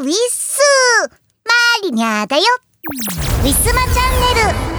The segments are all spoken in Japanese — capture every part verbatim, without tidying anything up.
ウィスマリニャだよ。ウィスマチャンネル。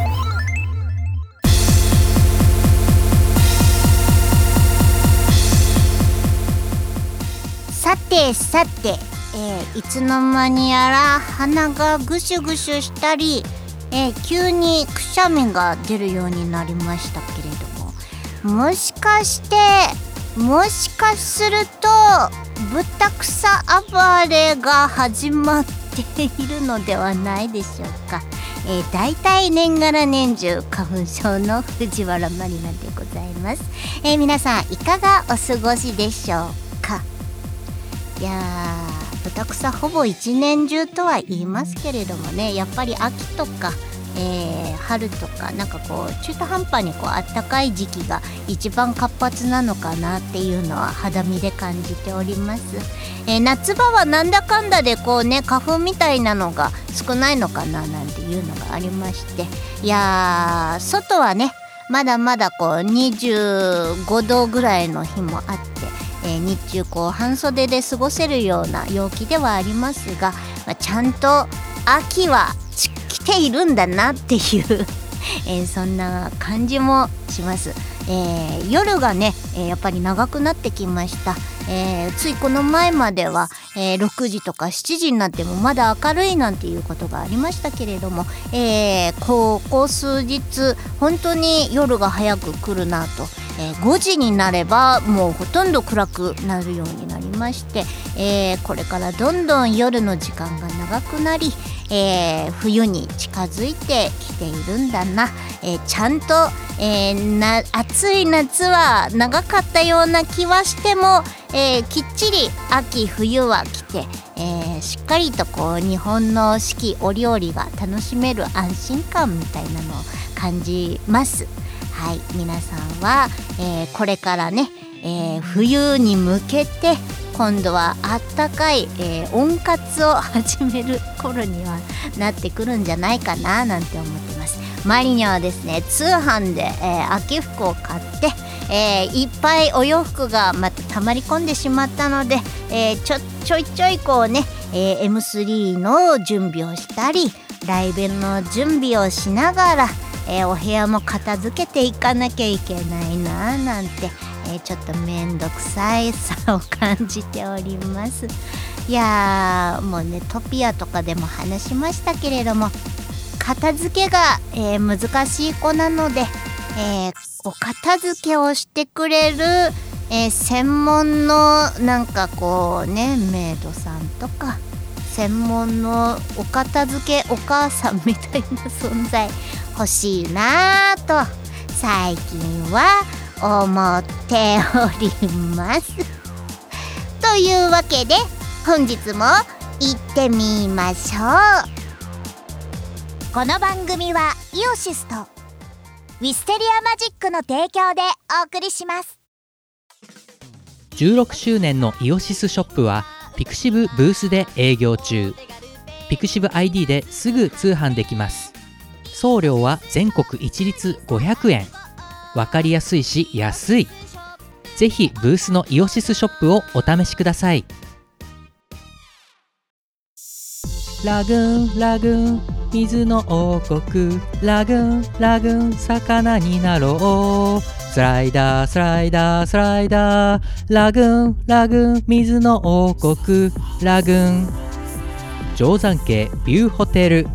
さてさて、えー、いつの間にやら鼻がぐしゅぐしゅしたり、えー、急にくしゃみが出るようになりましたけれども、もしかしてもしかするとブタクサ暴れが始まっているのではないでしょうか。えー、だいたい年がら年中花粉症の藤原まりなでございます。えー、皆さんいかがお過ごしでしょうか。いやー、ブタクサほぼ一年中とは言いますけれどもね、やっぱり秋とか、えー、春とかなんかこう中途半端にこう暖かい時期が一番活発なのかなっていうのは肌身で感じております。えー、夏場はなんだかんだでこうね、花粉みたいなのが少ないのかななんていうのがありまして、いやー、外はねまだまだこうにじゅうごどぐらいの日もあって、えー、日中こう半袖で過ごせるような陽気ではありますが、まあ、ちゃんと秋は来ているんだなっていう、えー、そんな感じもします。えー、夜がね、えー、やっぱり長くなってきました。えー、ついこの前までは、えー、ろくじとかしちじになってもまだ明るいなんていうことがありましたけれども、えー、ここ数日本当に夜が早く来るなと、えー、ごじになればもうほとんど暗くなるようになりまして、えー、これからどんどん夜の時間が長くなり、えー、冬に近づいてきているんだな、えー、ちゃんと、えー、な暑い夏は長かったような気はしても、えー、きっちり秋冬は来て、えー、しっかりとこう日本の四季折々が楽しめる安心感みたいなのを感じます。はい、皆さんは、えー、これからね、えー、冬に向けて今度はあったかい、えー、温活を始める頃にはなってくるんじゃないかななんて思ってます。マリニャはですね、通販で、えー、秋服を買って、えー、いっぱいお洋服がまた溜まり込んでしまったので、えー、ちょちょいちょいこうね、えー、エムスリー の準備をしたりライブの準備をしながら、えー、お部屋も片付けていかなきゃいけないななんて、えー、ちょっとめんどくさいさを感じております。いやー、もうねトピアとかでも話しましたけれども、片付けが、えー、難しい子なので、えー、お片付けをしてくれる、えー、専門のなんかこうねメイドさんとか専門のお片付けお母さんみたいな存在欲しいなぁと最近は思っておりますというわけで本日も行ってみましょう。この番組はイオシスとウィステリアマジックの提供でお送りします。 じゅうろくしゅうねんのイオシスショップはピクシブブースで営業中。ピクシブ アイディー ですぐ通販できます。送料は全国一律ごひゃくえん。わかりやすいし安い。ぜひブースのイオシスショップをお試しください。ラグーンラグーン水の王国、ラグーンラグーン魚になろう。スライダースライダースライダー、ラグーンラグーン水の王国、ラグーン。定山渓ビューホテル。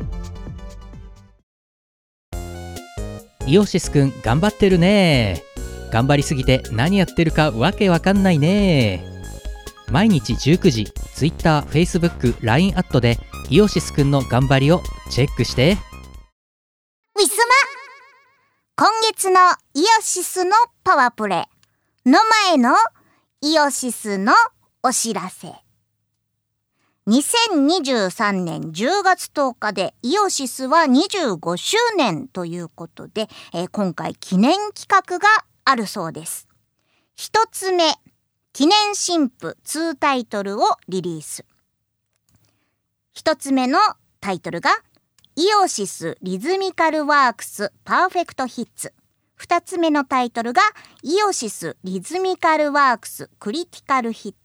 イオシスくん頑張ってるね。頑張りすぎて何やってるかわけわかんないね。毎日じゅうくじ、Twitter、Facebook、ライン アットでイオシスくんの頑張りをチェックして。 ウィスマ、今月のイオシスのパワープレの前のイオシスのお知らせ。にせんにじゅうさんねんじゅうがつとおかでイオシスはにじゅうごしゅうねんということで、えー、今回記念企画があるそうです。一つ目、記念新譜にタイトルをリリース。一つ目のタイトルがイオシスリズミカルワークスパーフェクトヒッツ。二つ目のタイトルがイオシスリズミカルワークスクリティカルヒッツ。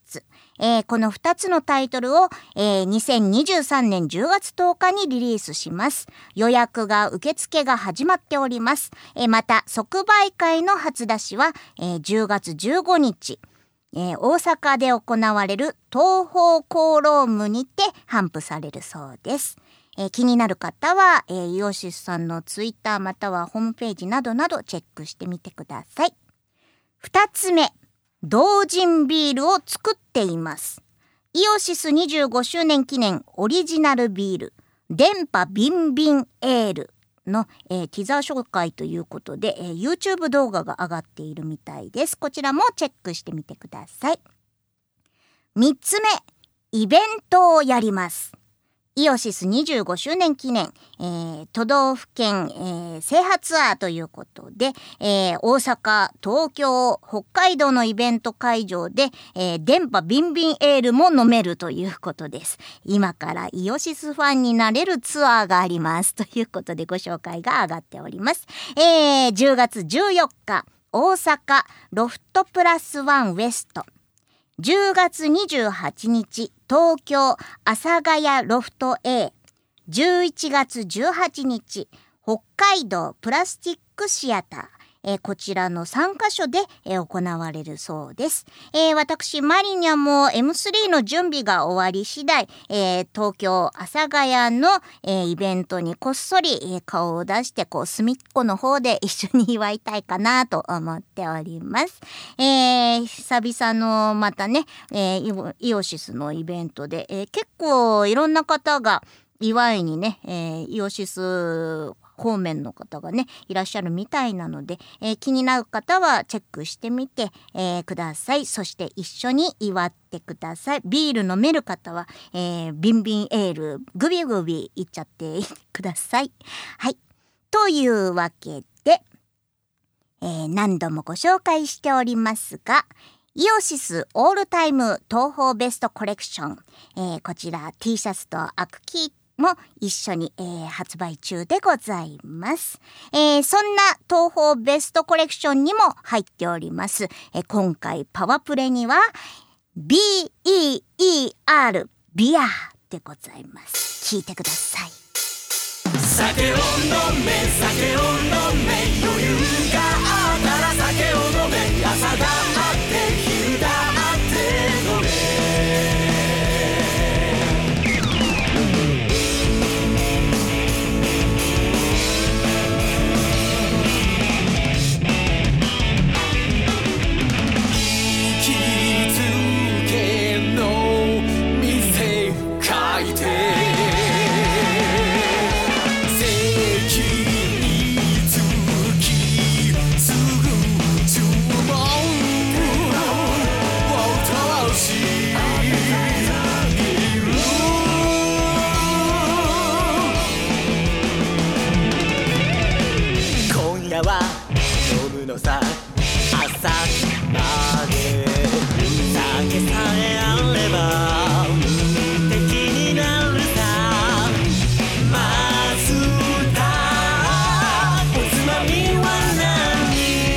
ツ、えー、このふたつのタイトルを、えー、にせんにじゅうさんねんじゅうがつとおかにリリースします。予約が受付が始まっております。えー、また即売会の初出しは、えー、じゅうがつじゅうごにち、えー、大阪で行われる東宝コーロームにて頒布されるそうです。えー、気になる方は、えー、イオシスさんのツイッターまたはホームページなどなどチェックしてみてください。二つ目、同人ビールを作っています。イオシスにじゅうごしゅうねん記念オリジナルビール電波ビンビンエールの、えー、ティザー紹介ということで、えー、YouTube 動画が上がっているみたいです。こちらもチェックしてみてください。三つ目、イベントをやります。イオシスにじゅうごしゅうねん記念、えー、都道府県、えー、制覇ツアーということで、えー、大阪、東京、北海道のイベント会場で、えー、電波ビンビンエールも飲めるということです。今からイオシスファンになれるツアーがありますということでご紹介が上がっております。えー、じゅうがつじゅうよっか、大阪ロフトプラスワンウエスト、じゅうがつにじゅうはちにち東京阿佐ヶ谷ロフト A、 じゅういちがつじゅうはちにち北海道プラスチックシアター、えー、こちらのさんかしょで、えー、行われるそうです。えー、私マリニャも エムスリー の準備が終わり次第、えー、東京阿佐ヶ谷の、えー、イベントにこっそり、えー、顔を出してこう隅っこの方で一緒に祝いたいかなと思っております。えー、久々のまたね、えー、イオシスのイベントで、えー、結構いろんな方が祝いにね、えー、イオシス方面の方がねいらっしゃるみたいなので、えー、気になる方はチェックしてみて、えー、ください。そして一緒に祝ってください。ビール飲める方は、えー、ビンビンエールグビグビいっちゃってください。はい、というわけで、えー、何度もご紹介しておりますが、イオシスオールタイム東宝ベストコレクション、えー、こちら T シャツとアクキーも一緒に、えー、発売中でございます。えー、そんな東宝ベストコレクションにも入っております。えー、今回パワプレには ビーイーイーアール ビアでございます。聞いてください。 酒を飲め酒を飲め余裕があったら酒を飲め朝があって昼だって飲めのさ朝まで酒さえあれば無敵になるさマスターおつまみは何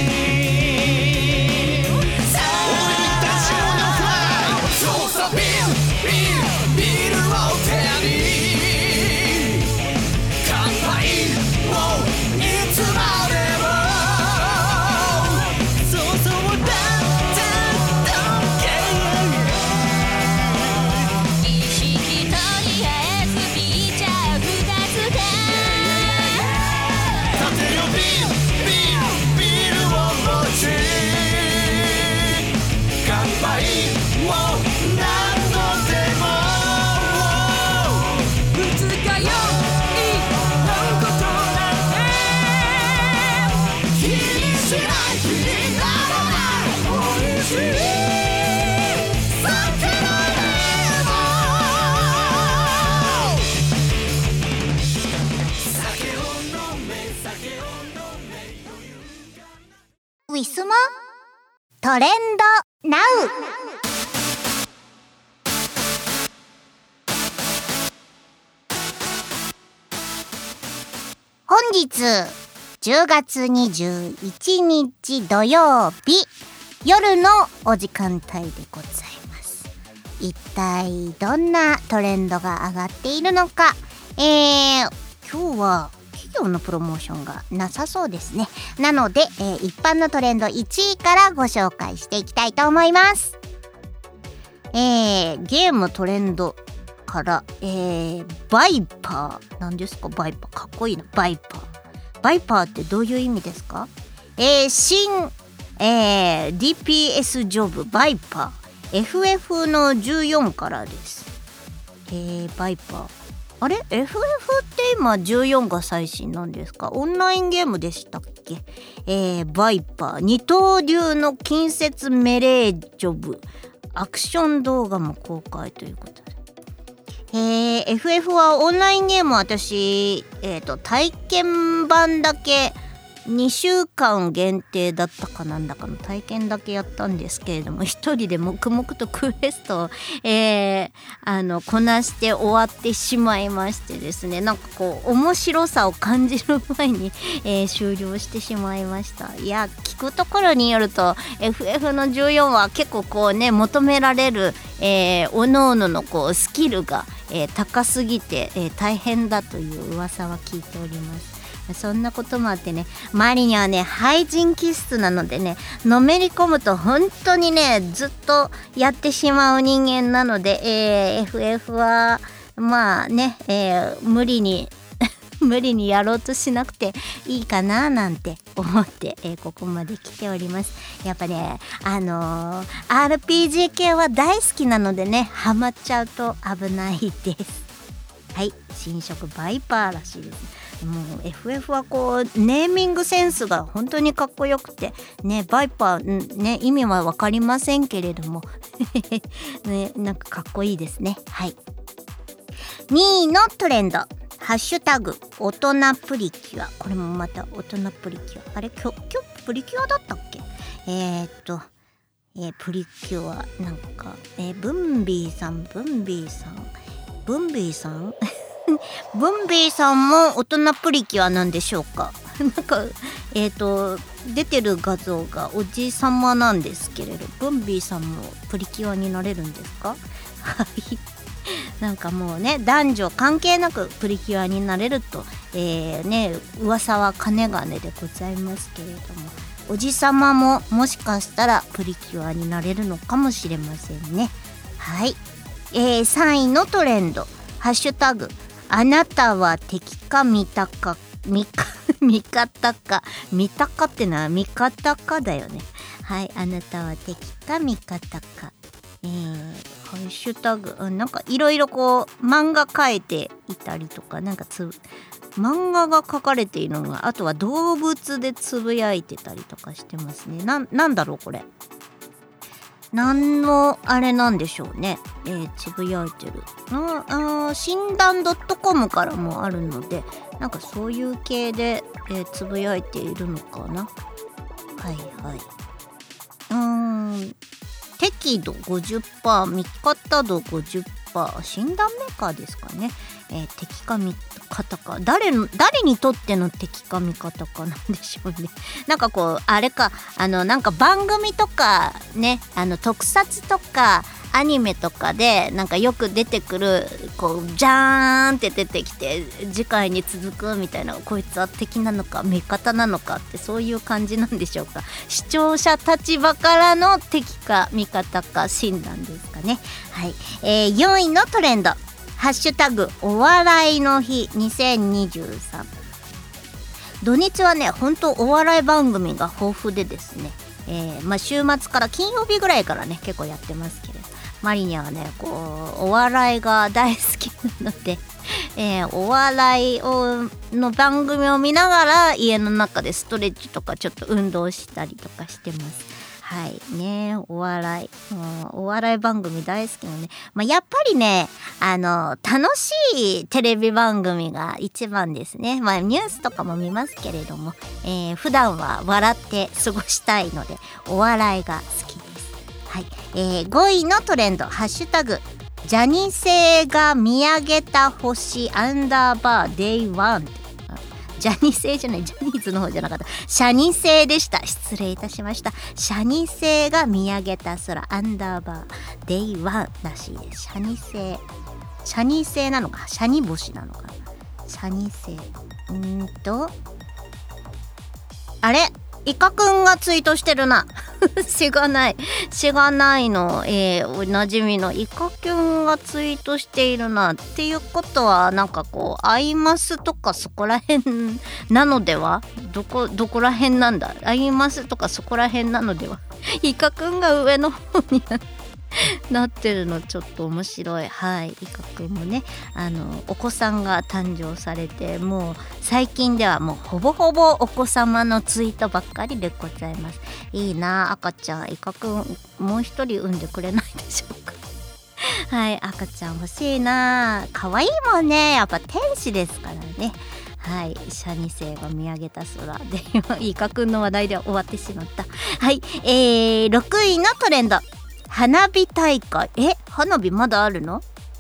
さあ俺たちのフライそうさビールビールビールを手に乾杯をいつまでウィスモトレンドナウ。本日じゅうがつにじゅういちにち土曜日夜のお時間帯でございます。 一体どんなトレンドが上がっているのか、えー、今日は企業のプロモーションがなさそうですね。なので、えー、一般のトレンドいちいからご紹介していきたいと思います。えー、ゲームトレンドから、えー、バイパー。何ですかバイパー。かっこいいな。バイパー。バイパーってどういう意味ですか？えー、新、えー、ディーピーエス ジョブバイパー。エフエフ のじゅうよんからです。えー、バイパー。あれ エフエフ って今じゅうよんが最新なんですか？オンラインゲームでしたっけ？えー、バイパー。二刀流の近接メレージョブ。アクション動画も公開ということで。えー、エフエフ はオンラインゲーム私、えーと、体験版だけにしゅうかん限定だったかなんだかの体験だけやったんですけれども、一人で黙々とクエストを、えー、あのこなして終わってしまいましてですね、なんかこう面白さを感じる前に、えー、終了してしまいました。いや、聞くところによると エフエフ のじゅうよんは結構こうね求められる、えー、おのおののこうスキルが、えー、高すぎて、えー、大変だという噂は聞いております。そんなこともあってね、周りにはね廃人気質なのでね、のめり込むと本当にねずっとやってしまう人間なので、えー、エフエフ はまあね、えー、無理に無理にやろうとしなくていいかななんて思って、えー、ここまで来ております。やっぱねあのー、アールピージー 系は大好きなのでね、ハマっちゃうと危ないです。はい、新色バイパーらしいです。もう エフエフ はこうネーミングセンスが本当にかっこよくてね、バイパーね意味は分かりませんけれどもね、なんかかっこいいですね。はい、にいのトレンド、ハッシュタグ大人プリキュア。これもまた大人プリキュア。あれ今日今日プリキュアだったっけ？えー、っと、えー、プリキュアなんか、えー、ブンビーさんブンビーさんブンビーさんブンビーさんも大人プリキュアなんでしょうか？なんかえっと出てる画像がおじさまなんですけれど、ブンビーさんもプリキュアになれるんですか？はいなんかもうね男女関係なくプリキュアになれると、えー、ね噂はかねがねでございますけれども、おじさまももしかしたらプリキュアになれるのかもしれませんね。はい、えー、さんいのトレンド、ハッシュタグあなたは敵か味方か味か味方か味方ってのは味方かだよね。はい、あなたは敵か味方か、えー、ハッシュタグ、うん、なんかいろいろこう漫画描いていたりとか、なんかつ漫画が描かれているのが、あとは動物でつぶやいてたりとかしてますね。な、なんだろうこれ、何のあれなんでしょうね、えー、つぶやいてるああ診断 .com からもあるので、なんかそういう系で、えー、つぶやいているのかな。はいはい、うーん適度 ごじゅっパーセント 味方度 ごじゅっパーセント 診断メーカーですかね、えー、敵か味方か、誰の誰にとっての敵か味方かなんでしょうね。なんかこうあれか、あのなんか番組とかね、あの特撮とかアニメとかでなんかよく出てくるこうジャーンって出てきて次回に続くみたいな、こいつは敵なのか味方なのかってそういう感じなんでしょうか。視聴者立場からの敵か味方か診断ですかね。はい、えー、よんいのトレンド、ハッシュタグお笑いの日にせんにじゅうさん。土日はね本当お笑い番組が豊富でですね、えーまあ、週末から金曜日ぐらいからね結構やってますけれど、マリニャはねこうお笑いが大好きなので、えー、お笑いをの番組を見ながら家の中でストレッチとかちょっと運動したりとかしてます。はいね、お笑い、お笑い番組大好きなので、まあ、やっぱりねあの楽しいテレビ番組が一番ですね。まあニュースとかも見ますけれども、えー、普段は笑って過ごしたいのでお笑いが好きです。はい、えー、ごいのトレンド、ハッシュタグジャニセが見上げた星アンダーバーデイワン。 ジャニ星じゃないジャニーズの方じゃなかった、シャニ星でした。失礼いたしました。シャニ星が見上げた空アンダーバーデイワンらしいです。シャニ星シャニ星なのかシャニ星なのかな。シャニ星うーんとあれイカくんがツイートしてるなしがないしがないの、えー、おなじみのイカくんがツイートしているなっていうことはなんかこうアイマスとかそこらへんなのでは。どこどこらへんなんだ。アイマスとかそこらへんなのではイカくんが上の方になってるのちょっと面白い。はい、イカくんもねあのお子さんが誕生されて、もう最近ではもうほぼほぼお子様のツイートばっかりでございます。いいな赤ちゃん。イカくんもう一人産んでくれないでしょうかはい、赤ちゃん欲しいな。可愛いもんね、やっぱ天使ですからね。はい、シャニ星が見上げた空で今イカくんの話題で終わってしまった。はい、えー、ろくいのトレンド、花火大会。え、花火まだあるの？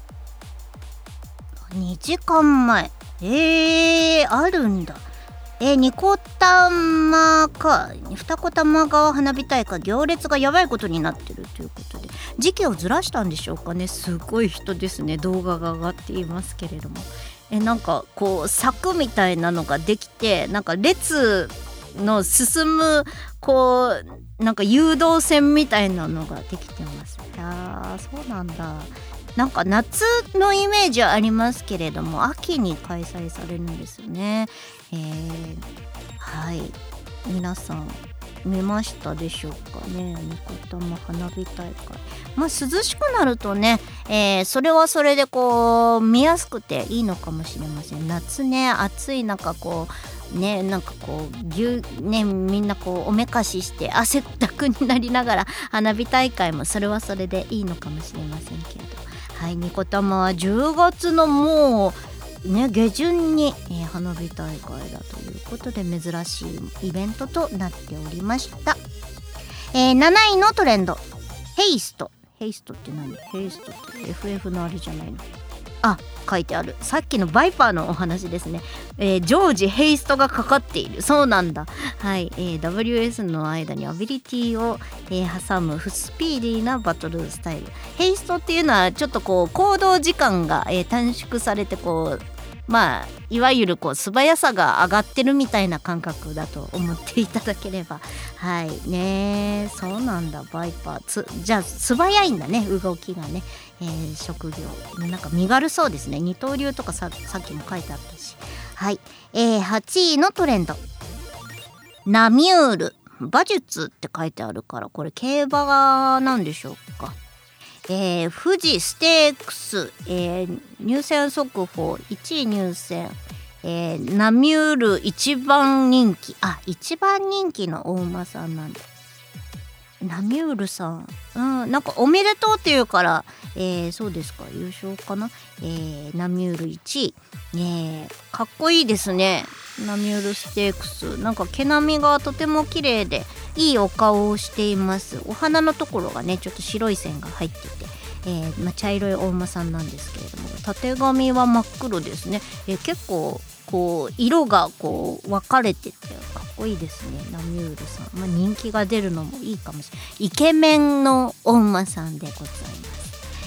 にじかんまえ。えー、あるんだ。えー、ニコタマか二子玉川花火大会、行列がやばいことになってるということで、時期をずらしたんでしょうかね。すごい人ですね。動画が上がっていますけれども、えなんかこう柵みたいなのができて、なんか列の進むこうなんか誘導線みたいなのができてます。あー、そうなんだ。なんか夏のイメージはありますけれども、秋に開催されるんですよね。えー、はい、皆さん見ましたでしょうかね。ニコタマ花火大会、まあ涼しくなるとね、えー、それはそれでこう見やすくていいのかもしれません。夏ね、暑い中こうね、なんかこうぎゅねみんなこうおめかしして汗だくになりながら花火大会もそれはそれでいいのかもしれませんけれど、はい、ニコタマはじゅうがつのもうね下旬に、えー、花火大会だということで珍しいイベントとなっておりました。えー、なないのトレンド、ヘイスト。ヘイストって何？ヘイストって エフエフ のあれじゃないの？あ、書いてある。さっきのバイパーのお話ですね。えー、常時ヘイストがかかっている。そうなんだ。はい、えー、ダブリューエス の間にアビリティを、えー、挟むスピーディーなバトルスタイル。ヘイストっていうのはちょっとこう行動時間が、えー、短縮されてこうまあいわゆるこう素早さが上がってるみたいな感覚だと思っていただければ。はいね、そうなんだ。バイパーつじゃあ素早いんだね、動きがね。えー、職業なんか身軽そうですね。二刀流とか さ, さっきも書いてあったし。はい、えー、はちいのトレンド、ナミュール。馬術って書いてあるからこれ競馬なんでしょうか。えー、富士ステークス、えー、入選速報いちい入選、えー、ナミュール一番人気。あ、一番人気のお馬さんなんだ。ナミュールさん、うん、なんかおめでとうっていうから、えー、そうですか、優勝かな。えー、ナミュールいちい、えー、かっこいいですね。ナミュールステークス、なんか毛並みがとても綺麗でいいお顔をしています。お鼻のところがねちょっと白い線が入ってて、えーまあ、茶色いお馬さんなんですけれども、たてがみは真っ黒ですね。えー、結構こう色がこう分かれててかっこいいですね。ナミュールさん、まあ、人気が出るのもいいかもしれない。イケメンのお馬さんでございます。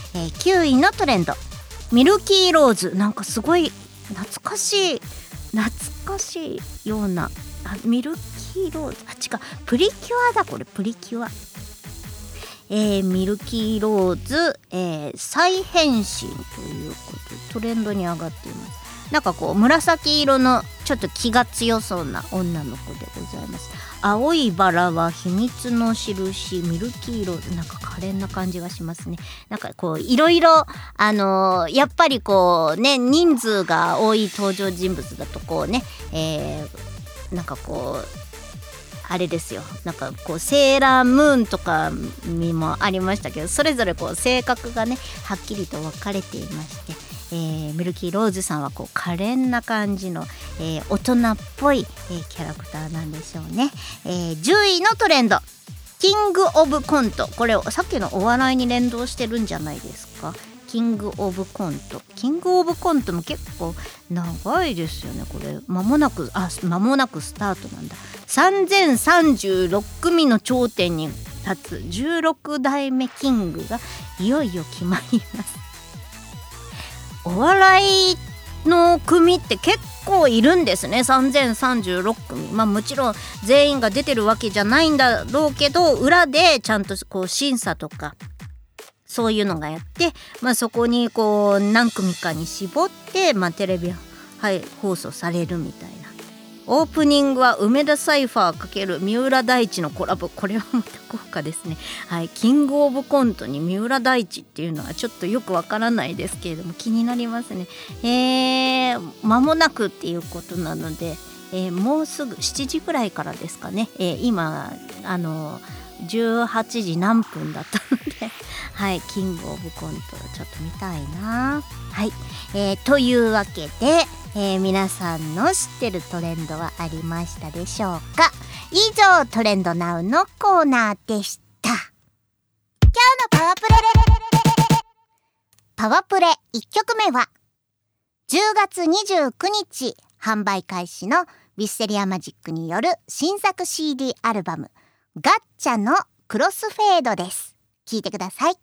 えー、きゅういのトレンド、ミルキーローズ。なんかすごい懐かしい懐かしいような、あ、ミルキーローズ、あ、違う、プリキュアだこれ、プリキュア。えー、ミルキーローズ、えー、再変身ということでトレンドに上がっています。なんかこう紫色のちょっと気が強そうな女の子でございます。青いバラは秘密の印、ミルキーローズ。なんか可憐な感じがしますね。なんかこういろいろあのー、やっぱりこうね人数が多い登場人物だとこうね、えー、なんかこうあれですよ、なんかこうセーラームーンとかにもありましたけど、それぞれこう性格がねはっきりと分かれていまして、えー、ミルキーローズさんはこう可憐な感じの、えー、大人っぽい、えー、キャラクターなんでしょうね。えー、じゅういのトレンド、キングオブコント。これさっきのお笑いに連動してるんじゃないですか。 キングオブコント。キングオブコントも結構長いですよね。これ間もなくあ間もなくスタートなんだ。さんぜんさんじゅうろくくみの頂点に立つじゅうろくだいめキングがいよいよ決まります。お笑いの組って結構いるんですね。さんぜんさんじゅうろくくみ。まあもちろん全員が出てるわけじゃないんだろうけど、裏でちゃんとこう審査とかそういうのがやって、まあ、そこにこう何組かに絞って、まあ、テレビ、はい、放送されるみたいな。オープニングは梅田サイファー×三浦大知のコラボ。これはまた豪華ですね。はい、キングオブコントに三浦大知っていうのはちょっとよくわからないですけれども気になりますね。えー、間もなくっていうことなので、えー、もうすぐしちじぐらいからですかね。えー、今あのじゅうはちじ何分だったのではい、キングオブコントちょっと見たいな。はい、えー、というわけで、えー、皆さんの知ってるトレンドはありましたでしょうか。以上トレンドナウのコーナーでした。今日のパワプレパワプレいっきょくめはじゅうがつにじゅうくにち販売開始のウィッセリアマジックによる新作 シーディー アルバムガッチャのクロスフェードです。聴いてください。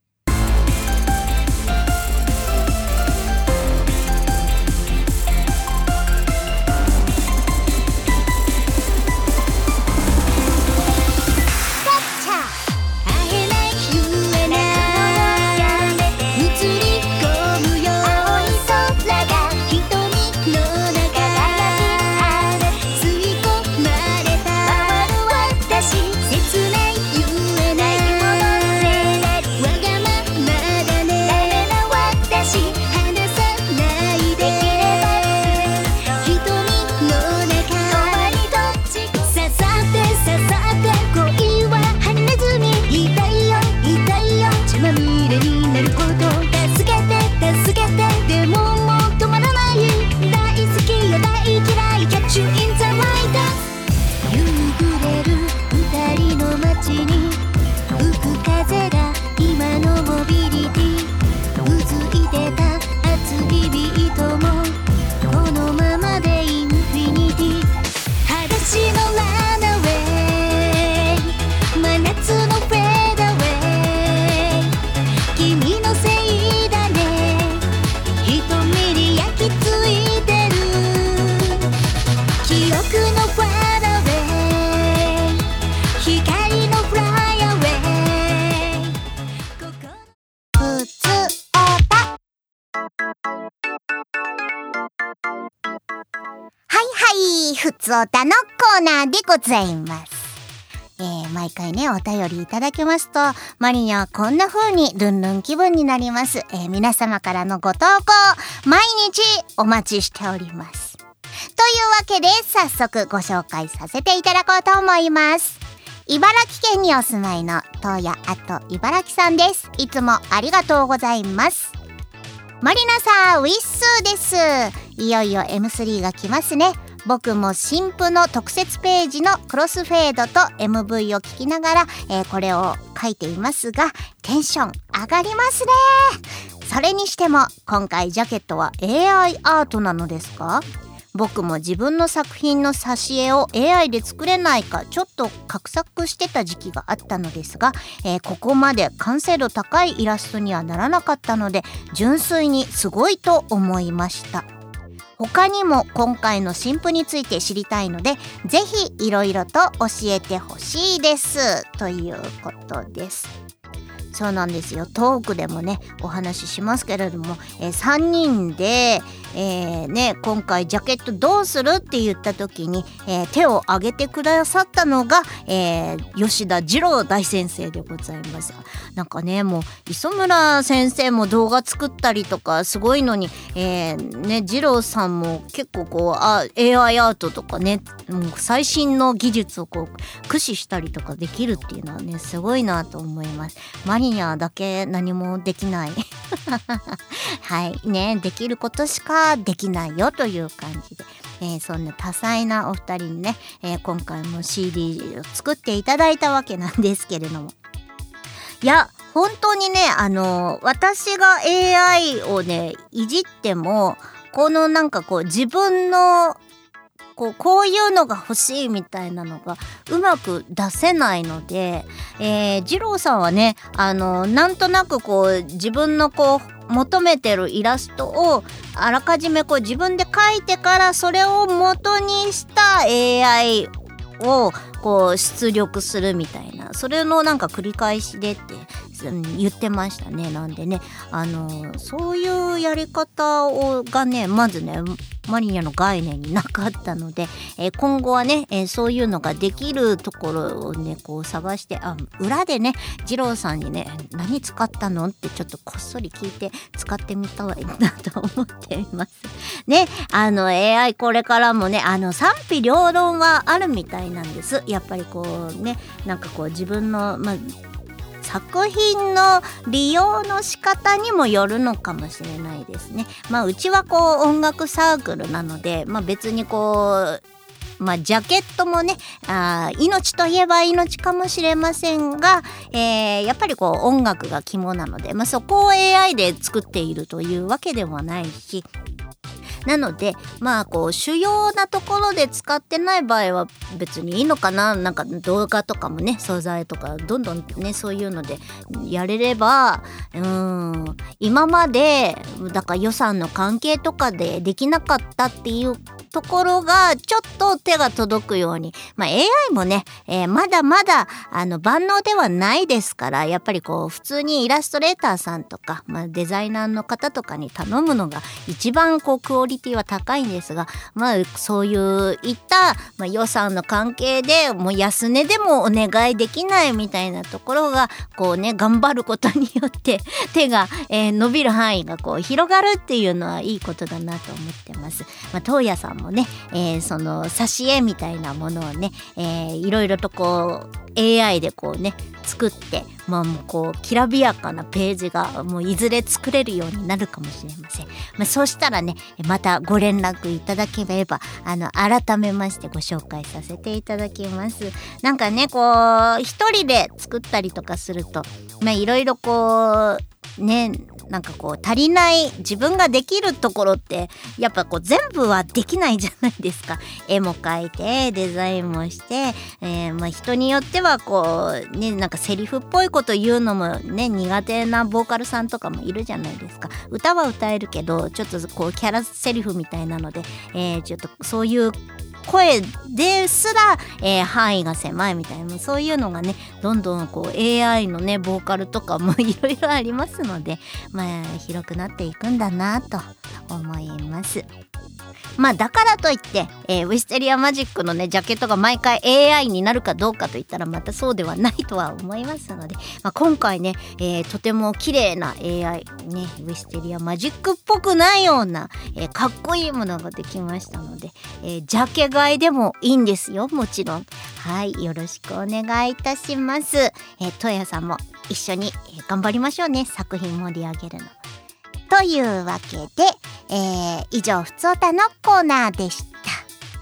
ふつおたのコーナーでございます。えー、毎回ねお便りいただけますとマリニャはこんな風にルンルン気分になります。えー、皆様からのご投稿毎日お待ちしております。というわけで早速ご紹介させていただこうと思います。茨城県にお住まいの東野あと茨城さんです。いつもありがとうございます。マリナさんウィッスーです。いよいよ エムスリー が来ますね。僕も新婦の特設ページのクロスフェードと エムブイ を聞きながら、えー、これを書いていますがテンション上がりますね。それにしても今回ジャケットは エーアイ アートなのですか？僕も自分の作品の挿絵を エーアイ で作れないかちょっと画策してた時期があったのですが、えー、ここまで完成度高いイラストにはならなかったので純粋にすごいと思いました。他にも今回の新譜について知りたいのでぜひいろいろと教えてほしいですということです。そうなんですよ。トークでもねお話ししますけれども、えー、さんにんで、えーね、今回ジャケットどうするって言った時に、えー、手を挙げてくださったのが、えー、吉田二郎大先生でございます。なんかねもう磯村先生も動画作ったりとかすごいのに、えーね、二郎さんも結構こうあ エーアイ アートとかねもう最新の技術をこう駆使したりとかできるっていうのはねすごいなと思います。マリニャだけ何もできないはいねできることしかできないよという感じで、えー、そんな多彩なお二人にね、えー、今回も シーディー を作っていただいたわけなんですけれども、いや本当にね、あの私が エーアイ をねいじっても、このなんかこう自分のこう、こういうのが欲しいみたいなのがうまく出せないので、えー、二郎さんはね、あのなんとなくこう自分のこう求めてるイラストをあらかじめこう自分で描いてから、それを元にした エーアイ をこう出力するみたいな、それのなんか繰り返しでって言ってましたね。なんでね、あのそういうやり方をがねまずねマリニャの概念になかったので、えー、今後はね、えー、そういうのができるところをねこう探して、あ裏でね二郎さんにね何使ったのってちょっとこっそり聞いて使ってみたいなと思っていますね。あの エーアイ これからもねあの賛否両論はあるみたいなんです。やっぱりこうねなんかこう自分のまあ作品の利用の仕方にもよるのかもしれないですね。まあうちはこう音楽サークルなので、まあ別にこうまあジャケットもねあ命といえば命かもしれませんが、えー、やっぱりこう音楽が肝なので、まあそこを エーアイ で作っているというわけではないし、なのでまあこう主要なところで使ってない場合は別にいいのかな。なんか動画とかもね素材とかどんどんねそういうのでやれれば、うーん今までだから予算の関係とかでできなかったっていうところがちょっと手が届くように、まあ エーアイ もね、えー、まだまだあの万能ではないですから、やっぱりこう普通にイラストレーターさんとか、まあ、デザイナーの方とかに頼むのが一番こうクオリティは高いんですが、まあそういういった、まあ、予算の関係でもう安値でもお願いできないみたいなところがこうね頑張ることによって手が、えー、伸びる範囲がこう広がるっていうのはいいことだなと思ってます。まあ東野さんもね、えー、その挿絵みたいなものをね、えー、いろいろとこう エーアイ でこうね作って、まあもうこうきらびやかなページがもういずれ作れるようになるかもしれません。まあ、そうしたらねまたご連絡いただければあの改めましてご紹介させていただきます。なんかねこう一人で作ったりとかするとまあいろいろこうねなんかこう足りない自分ができるところってやっぱこう全部はできないじゃないですか。絵も描いてデザインもして、えー、まあ人によってはこうねなんかセリフっぽいこと言うのもね苦手なボーカルさんとかもいるじゃないですか。歌は歌えるけどちょっとこうキャラセリフみたいなので、えー、ちょっとそういう声ですら、えー、範囲が狭いみたいなそういうのがねどんどんこう エーアイ のねボーカルとかもいろいろありますので、まあ広くなっていくんだなと思います。まあだからといって、えー、ウィステリアマジックのねジャケットが毎回 エーアイ になるかどうかといったらまたそうではないとは思いますので、まあ、今回ね、えー、とても綺麗な エーアイ ねウィステリアマジックっぽくないような、えー、かっこいいものができましたので、えー、ジャケ買いでもいいんですよもちろん。はいよろしくお願いいたします。えー、トヤさんも一緒に、えー、頑張りましょうね作品盛り上げるの。というわけで、えー、以上ふつおたのコーナーでした。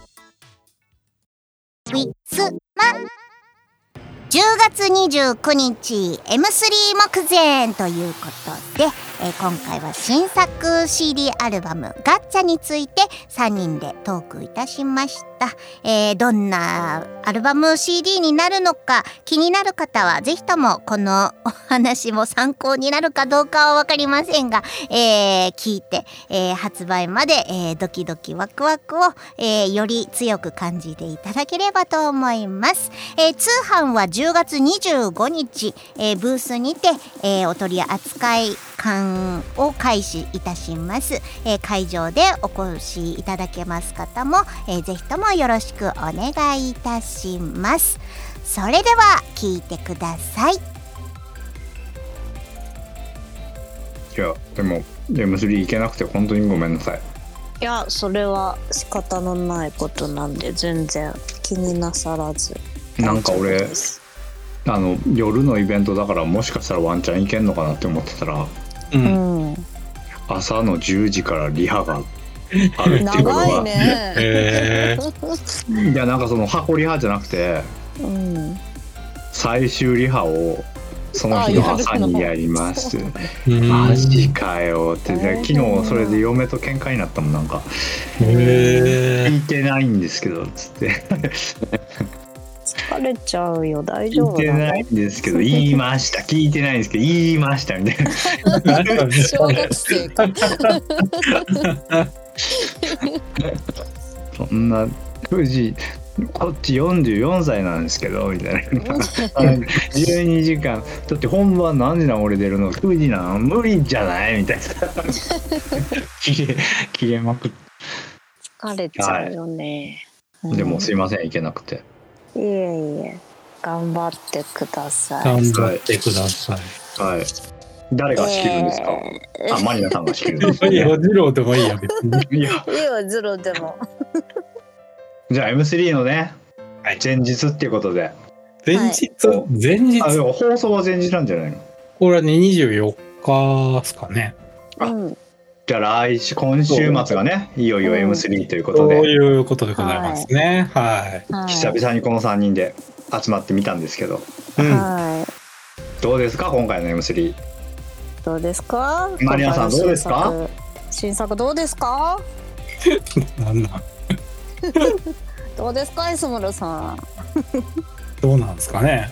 ウィスマじゅうがつにじゅうくにち エムスリー 目前ということで、えー、今回は新作 シーディー アルバムガッチャについてさんにんでトークいたしました。えー、どんなアルバム シーディー になるのか気になる方はぜひともこのお話も参考になるかどうかはわかりませんが、えー、聞いて、えー、発売まで、えー、ドキドキワクワクを、えー、より強く感じていただければと思います。えー、通販はじゅうがつにじゅうごにち、えー、ブースにて、えー、お取り扱い館を開始いたします。えー、会場でお越しいただけます方も、えー、ぜひともよろしくお願いいたします。それでは聞いてください。いやでも エムスリー 行けなくて本当にごめんなさい。 いやそれは仕方のないことなんで全然気になさらず。 なんか俺あの夜のイベントだからもしかしたらワンチャン行けんのかなって思ってたら、 うん、 朝のじゅうじからリハがあるっていうことは長いね。 えー、いやなんかその箱リハじゃなくて、 うん、 最終リハをその日の朝にやりますうんマジかよって、ね、 うん昨日それで嫁と喧嘩になったもん。なんかへ聞いてないんですけどつって疲れちゃうよ。大丈聞いて夫なの？ ないんですけど言いました聞いてないんですけど言いましたみたいな小学生か。 そんなくじこっちよんじゅうよんさいなんですけどみたいなじゅうにじかんだって本番何時なん俺出るのくじなん無理じゃないみたいな切れ切れまくって疲れちゃうよね。 でもすいません行けなくていえいえ、頑張ってください。 頑張ってください。 はい誰が仕切るんですか、 えあマリナさんが仕切るんですいや、 ねジローでもいいや、別に。 いやいいよ、ゼロでも。 じゃあ エムスリー のね、 はい前日っていうことで前日、前日、 あでも放送は前日なんじゃないのこれはね、にじゅうよっかですかね。 あうん。 じゃあ来週今週末がねいよいよ エムスリー ということそうで、 いうことでございますね。はい。 はい。 久々にこのさんにんで集まってみたんですけどうん。 はい。 どうですか今回の エムスリー。 どうですか？ マリアさんどうですか？ 新作新作どうですか？ なんなんどうですか、磯村さん。 どうなんですかね。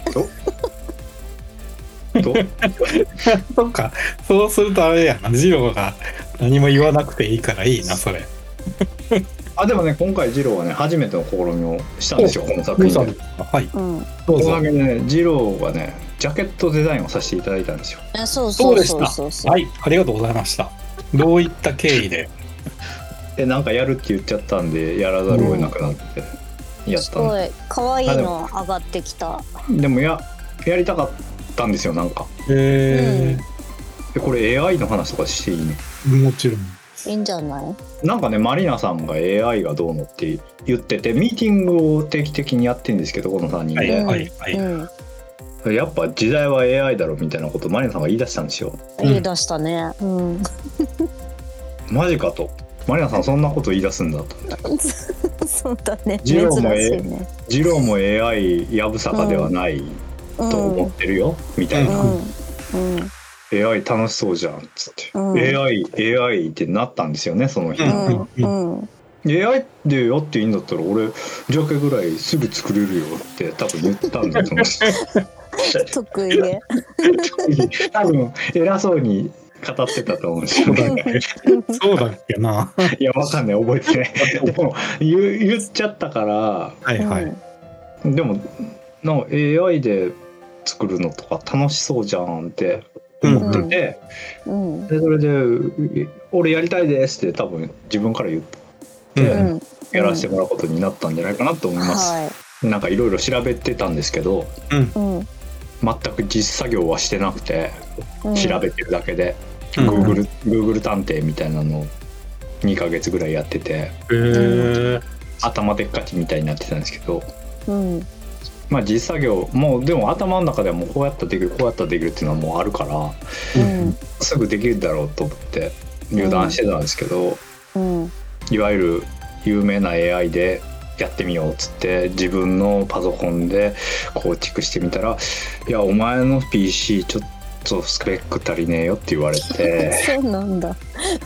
どそっか、そうするとあれやな、ジローが何も言わなくていいからいいな、それ。 あでもね今回ジローはね初めての試みをしたんですよこの作品で。 はい、 うん。 どうぞこのだ。けでねジローがねジャケットデザインをさせていただいたんですよ。 え、そうそそううでしたそうそうそう。 はい、ありがとうございました。どういった経緯で。 でなんかやるって言っちゃったんでやらざるを得なくなってやったんすごい可愛いの上がってきた。 でもややりたかったんですよなんか。 へでこれ エーアイ の話とかしていいの？ ー、もちろん。 いいんじゃない？ なんかねマリナさんが エーアイ がどうのって言っててミーティングを定期的にやってるんですけどこのさんにんはい、 で、 はい、はい。 うん。 やっぱ時代は エーアイ だろみたいなことマリナさんが言い出したんですよ。 言い出したね。うん。 マジかとマリナさんそんなこと言い出すんだとそうだね。 ジ珍しローもえいね。 ジローも エーアイ やぶさかではないと思ってるよ、みたいな、 うん。うん。 エーアイ 楽しそうじゃんっつって、 うんエーアイ エーアイ ってなったんですよねその日、 うん。うん。 エーアイ でやっていいんだったら俺ジャケぐらいすぐ作れるよって多分言ったんだと思う得意ね。 多分偉そうに語ってたと思うんですよねそうだっけな。 いやわかんない覚えてないでも言う言っちゃったからはい、はい。 でもなんか エーアイ で作るのとか楽しそうじゃんって思ってて、 うん。 でそれで「俺やりたいです」って多分自分から言って、 うん。 やらせてもらうことになったんじゃないかなと思います、 はなんかいろいろ調べてたんですけどい。うん。 全く実作業はしてなくてうん調べてるだけで、 うん Google, Google 探偵みたいなのをにかげつぐらいやっててへー。 頭でっかちみたいになってたんですけど、 うん。 まあ実作業もうでも頭の中ではもうこうやったらできるこうやったらできるっていうのはもうあるからうん。 すぐできるだろうと思って入団してたんですけど、 うん。 いわゆる有名な エーアイ でやってみようっつって自分のパソコンで構築してみたら「いやお前の ピーシー ちょっとスペック足りねえよ」って言われてそうなんだ。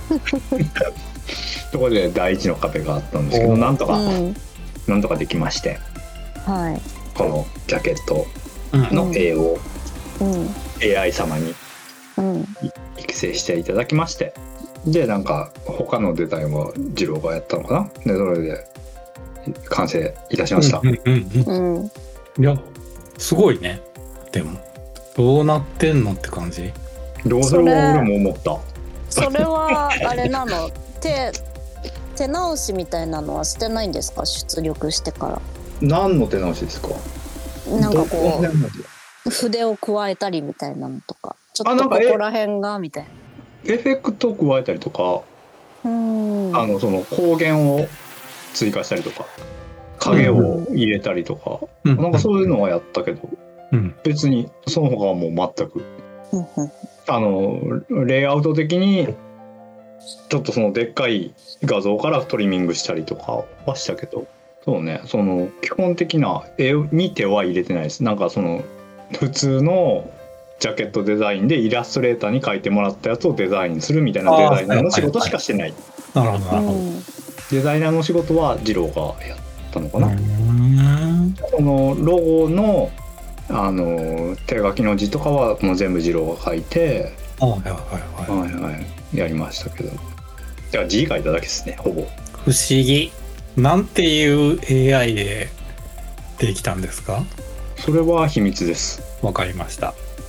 そこで第一の壁があったんですけどなんとか、 うん。 なんとかできましてはい。 このジャケットうん。 の絵をうん。 エーアイ 様にうん。 育成していただきましてでなんか他のデザインは次郎がやったのかなでそれで完成いたしました、 うんうんうんうん。 いや、すごいね。でも、どうなってんのって感じ。 どうそれは俺も思ったそれはあれなの。手手直しみたいなのはしてないんですか？出力してから。 何の手直しですか？ なんかこどこの辺までう筆を加えたりみたいなのとか。ちょっとあなんかえここら辺がみたいな。 エフェクトを加えたりとか、 うん。 あのその光源を追加したりとか影を入れたりとか、 うんなんかそういうのはやったけどうん。 別にその他はもう全くうんうんあのレイアウト的にちょっとそのでっかい画像からトリミングしたりとかはしたけどそうねその基本的な絵に手は入れてないです。なんかその普通のジャケットデザインでイラストレーターに描いてもらったやつをデザインするみたいなデザイナーの仕事しかしてない。 なるほどなるほど。 デザイナーの仕事は二郎がやったのかな。 うーんこのロゴのあの手書きの字とかはもう全部二郎が書いて、 はいはいはいはい。 はいはい、やりましたけど、だから字書いただけですね、ほぼ。 不思議。なんていう エーアイ でできたんですか？ それは秘密です。 わかりました。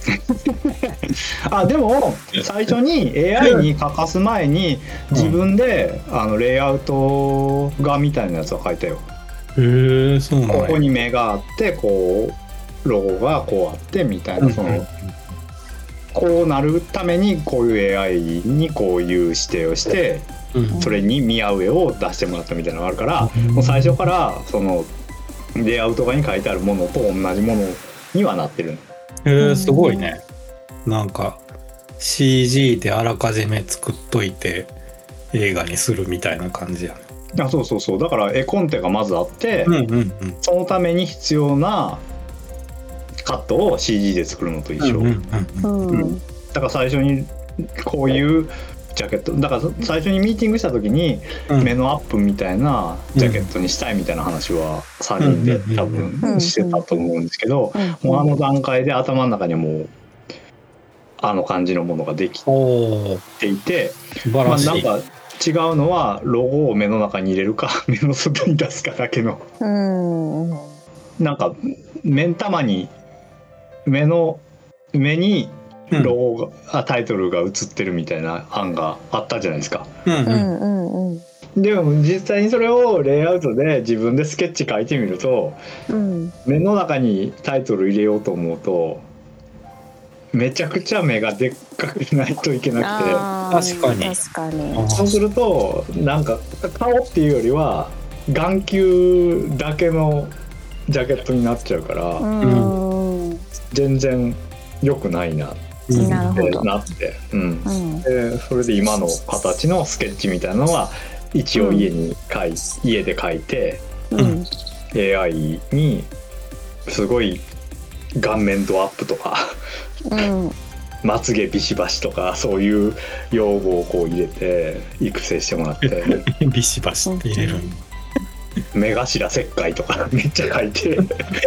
あでも最初に エーアイ に書かす前に自分で、うん、あのレイアウト画みたいなやつを書いたよ。 へえ、そうなんや。 ここに目があってこうロゴがこうあってみたいな、その、うん、こうなるためにこういう エーアイ にこういう指定をして、うん、それに見合う絵を出してもらったみたいなのがあるから、うん、もう最初からそのレイアウト画に書いてあるものと同じものにはなってる。 へー、すごいね。なんか シージー であらかじめ作っといて映画にするみたいな感じやね。 あ、そうそうそう。だから絵コンテがまずあって、うんうんうん、そのために必要なカットを シージー で作るのと一緒、うんうんうんうん、だから最初にこういうジャケットだから最初にミーティングした時に目のアップみたいなジャケットにしたいみたいな話はさんにんで多分してたと思うんですけど、もうあの段階で頭の中にはもうあの感じのものができていて、まあ、なんか違うのはロゴを目の中に入れるか目の外に出すかだけの、なんか目ん玉に目の目にロゴが、うん、タイトルが映ってるみたいな案があったじゃないですか、うんうんうん、でも実際にそれをレイアウトで自分でスケッチ書いてみると、うん、目の中にタイトル入れようと思うとめちゃくちゃ目がでっかくないといけなくて、確かに確かにそうするとなんか顔っていうよりは眼球だけのジャケットになっちゃうから、うん、全然良くないなってなって、うんうん、でそれで今の形のスケッチみたいなのは一応家に書い、うん、家で書いて、うん、エーアイ にすごい顔面ドアップとか、うん、まつげビシバシとかそういう用語をこう入れて育成してもらってビシバシって入れる、 うん、目頭切開とかめっちゃ書いて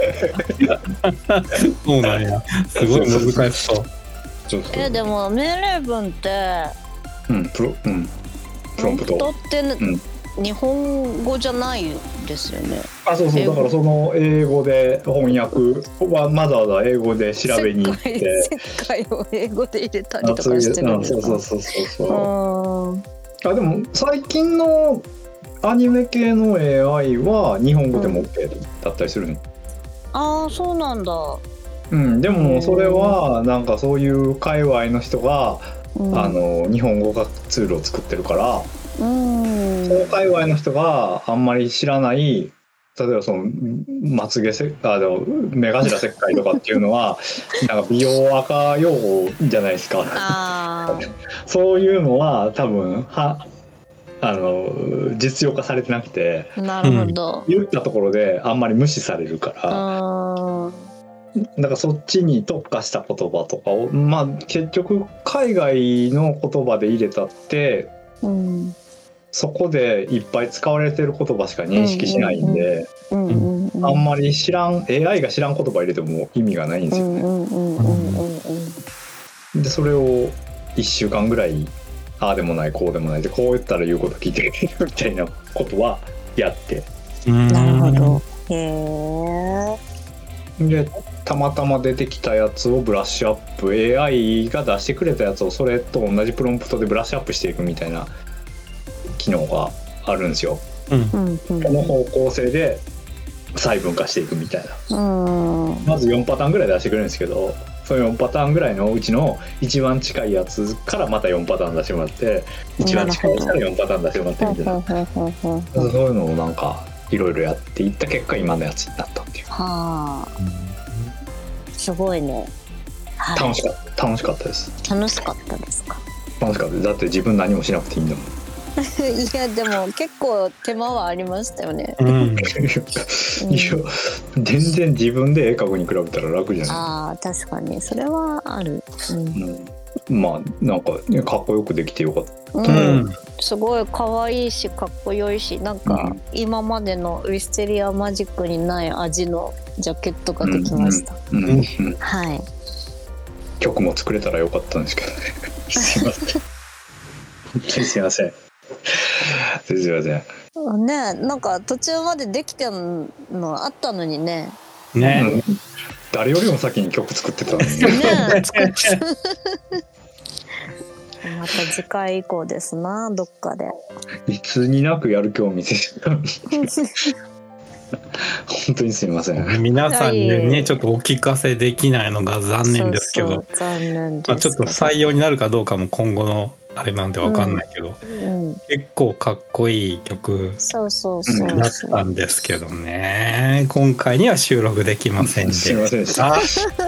そうなんや、すごい難しそう。 そうそうえでも命令文って、 うんプロうん、プロンプトって、ねうん、日本語じゃないですよね。 あ、そうそう、だからその英語で翻訳はわざわざ英語で調べに行って世界を英語で入れたりとかしてるんですか。 そうそうそうそう。あでも最近のアニメ系の エーアイ は日本語でも OK だったりするの、うん、 ああそうなんだ。 うん、でもそれはなんかそういう界隈の人が、うん、あの日本語がツールを作ってるから、うん、その界隈の人があんまり知らない例えばそのまつげせあの目頭切開とかっていうのはなんか美容赤用語じゃないですかあそういうのは多分はあの実用化されてなくて、 なるほど、 言ったところであんまり無視されるから、あだからそっちに特化した言葉とかをまあ結局海外の言葉で入れたって、うん、そこでいっぱい使われてる言葉しか認識しないんで、うんうんうん、あんまり知らん エーアイ が知らん言葉入れても意味がないんですよね。でそれをいっしゅうかんぐらいああでもないこうでもないでこう言ったら言うこと聞いてるみたいなことはやって、 なるほど。へーでたまたま出てきたやつをブラッシュアップ エーアイ が出してくれたやつをそれと同じプロンプトでブラッシュアップしていくみたいな機能があるんですよ、うん、この方向性で細分化していくみたいな、うん、まずよんパターンぐらい出してくれるんですけどそのよんパターンぐらいのうちの一番近いやつからまたよんパターン出してもらって一番近いやつからよんパターン出してもらってみたいなそういうのをなんかいろいろやっていった結果今のやつになったっていう。はあ、 すごいね、 はい、楽しかった楽しかったです。 楽しかったですか。 楽しかった。だって自分何もしなくていいんだもん。 いやでも結構手間はありましたよね。 うん、 いや全然自分で絵描くに比べたら楽じゃない。 ああ確かにそれはある。うん、 うん、まあなんか、ね、かっこよくできてよかった。 うんうん、 すごい可愛いしかっこよいし、なんか今までのウィステリアマジックにない味のジャケットができました。 うんうんうん、 はい。 曲も作れたらよかったんですけどね。すいません。本当にすいません。すいません。 ね、なんか途中までできてるのあったのにね。 ね、 うん、誰よりも先に曲作ってたのに。ね、作ってまた次回以降ですな、どっかで。 いつになくやる気を見せてた。本当にすみません。 皆さんにねちょっとお聞かせできないのが残念ですけど、そうそう残念ですけど、 まあ、ちょっと採用になるかどうかも今後のあれなんでわかんないけど、 うんうん、 結構かっこいい曲だったんですけどね、今回には収録できませんでした。すいませんでした。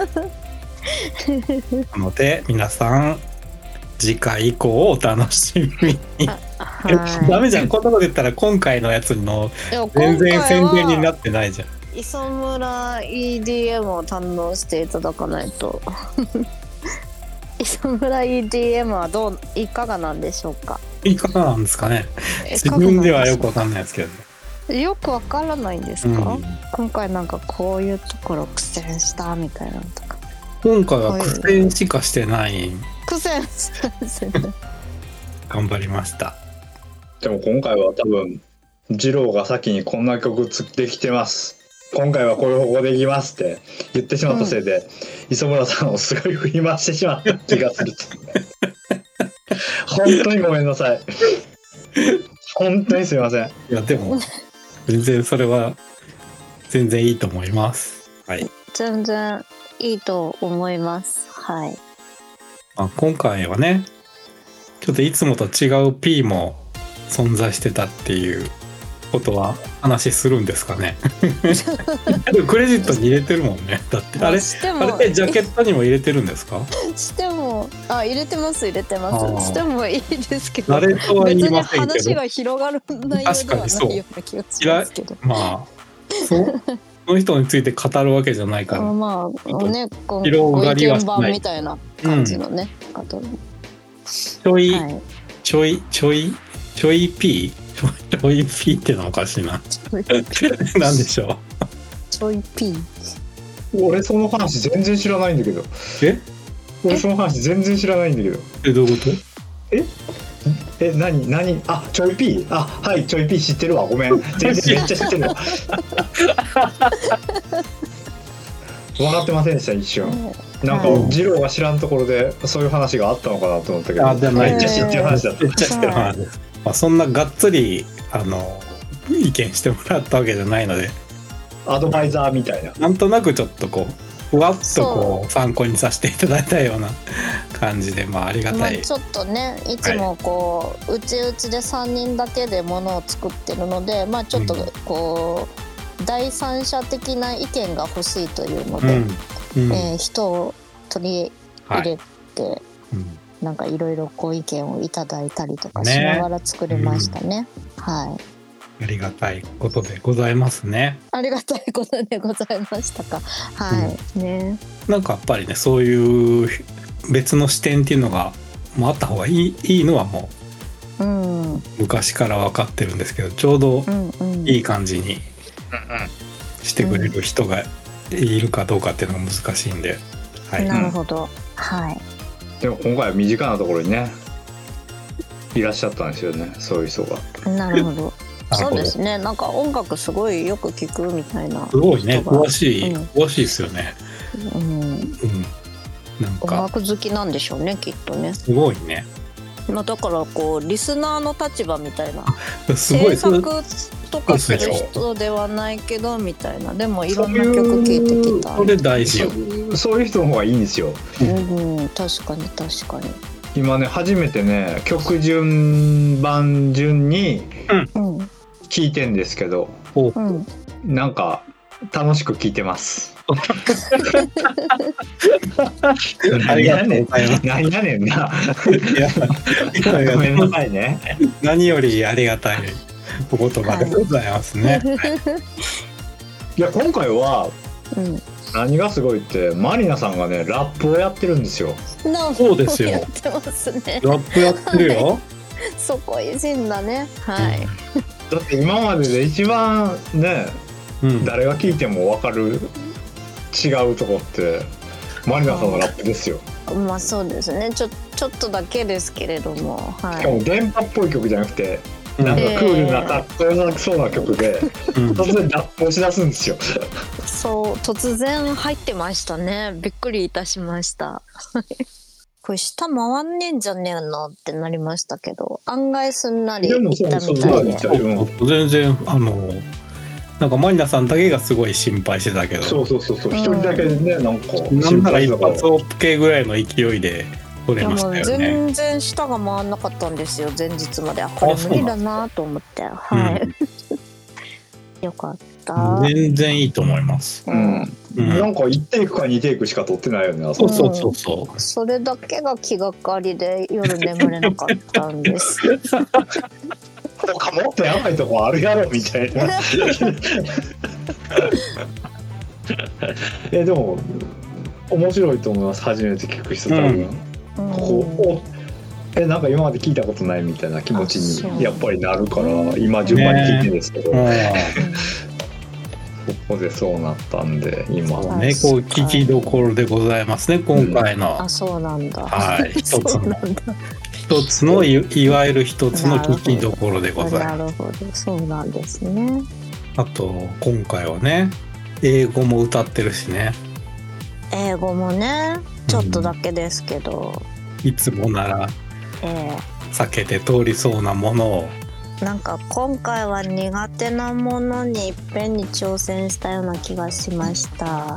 なので皆さん次回以降をお楽しみに。ダメじゃん、こんなこと言ったら今回のやつの全然宣伝になってないじゃん。 磯村 イーディーエム を堪能していただかないと。磯村 イーディーエム はどういかがなんでしょうか。 いかがなんですかね。自分ではよくわかんないですけどね。 よくわからないんですか、うん、今回なんかこういうところ苦戦したみたいなのとか。 今回は苦戦しかしてない。 苦戦したんですよね。 頑張りました。 でも今回は多分二郎が先にこんな曲できてます、今回はこういう方向でいきますって言ってしまったせいで、うん、磯村さんをすごい振り回してしまった気がする。本当にごめんなさい。本当にすいません。いやでも全然それは全然いいと思います。はい。 全然いいと思います。はい。 まあ、今回はねちょっといつもと違う P も存在してたっていうことは話するんですかね。クレジットに入れてるもんね。だってあれあれジャケットにも入れてるんですか。 してもあ入れてます入れてますしてもいいですけど、 誰とは言いませんけど別に話が広がる内容ではないような気がしますけど。 まあそうその人について語るわけじゃないから。 まあねご意見番みたいな感じのね、うん、方ちょい、はい、ちょいちょいちょい P ちょい P ってのおかしいな。なんでしょう。 ちょい P。 俺その話全然知らないんだけど。 え？ 俺その話全然知らないんだけど。 えどういうこと？ え？え何何あちょい P あはいちょい P 知ってるわごめん全然めっちゃ知ってるわ。分かってませんでした一瞬。なんか二郎が知らんところでそういう話があったのかなと思ったけど、あでもめっちゃ知ってる話だった。めっちゃ知ってる話です。 まあ、そんながっつりあの意見してもらったわけじゃないのでアドバイザーみたいななんとなくちょっとこうふわっとこう参考にさせていただいたような感じで、まあ、ありがたい、 まあ、ちょっとねいつもこう、はい、うちうちでさんにんだけでものを作ってるので、まあ、ちょっとこう、うん、第三者的な意見が欲しいというので、うんうんえー、人を取り入れて、はいうんなんかいろいろご意見をいただいたりとかしながら作りましたね。ねうん、はい。 ありがたいことでございますね。 ありがたいことでございましたか。はい、うん、ね。 なんかやっぱりねそういう別の視点っていうのがもうあった方がいい、いいのはもう、うん、昔から分かってるんですけどちょうどいい感じにしてくれる人がいるかどうかっていうのが難しいんで。はい、 なるほど。はい。 でも今回は身近なところにねいらっしゃったんですよねそういう人が。 なるほどそうですねなんか音楽すごいよく聞くみたいなすごいね詳しい、うん、詳しいですよね、うんうん、 なんか音楽好きなんでしょうねきっとねすごいね、 まあ、だからこうリスナーの立場みたいなすごい制作とかする人ではないけどみたいなでもいろんな曲聴いてきたそれ大事よそういう人の方がいいんですよ、 うんうん、確かに確かに今ね初めてね曲順番順に聴いてんですけど、うん、なんか楽しく聞いてます。 何やねん何やねんな。 ごめんなさいね。 何よりありがたいお言葉でございますね。はい、 いや今回は、 うん、 何がすごいってマリナさんがねラップをやってるんですよ。 そうですよ。 やってますね。 ラップやってるよ。 そこいじんだね。はい。 だって今までで一番ね、 うん、 誰が聞いても分かる違うとこってマリナさんのラップですよ。 まあそうですね。ちょちょっとだけですけれども、はい、 しかも電波っぽい曲じゃなくて、うん、なんかクールなかっこよさそうな曲で、えー、突然ラップをしだすんですよ。 そう突然入ってましたね。びっくりいたしました。これ下回んねえんじゃねえのってなりましたけど、案外すんなりいったみたいで。 全然あのなんかマリナさんだけがすごい心配してたけど、 そうそうそうそう一人だけね、うん、なんかなんなら一発オープ系ぐらいの勢いで取れましたよね。 全然下が回んなかったんですよ前日まで。あこれ無理だなと思って、はい、うん、よかった。 全然いいと思います。 うん。うん、なんかいちテイクかにテイクしか撮ってないよね。 そうそうそうそう。 それだけが気がかりで夜眠れなかったんです。 他もっとやばいとこあるやろみたいな。えでも面白いと思います。初めて聞く人多分、うん、ここえなんか今まで聞いたことないみたいな気持ちにやっぱりなるから今順番に聞いてるんですけど、ね、そこでそうなったんで今ねこう聞きどころでございますね今回の、 うん、あそうなんだはい一つの一つの い, いわゆる一つの聞きどころでございます。 なるほどそうなんですね。 あと今回はね英語も歌ってるしね。 英語もねちょっとだけですけど、 うん、いつもならえ避けて通りそうなものを、 えー、なんか今回は苦手なものにいっぺんに挑戦したような気がしました。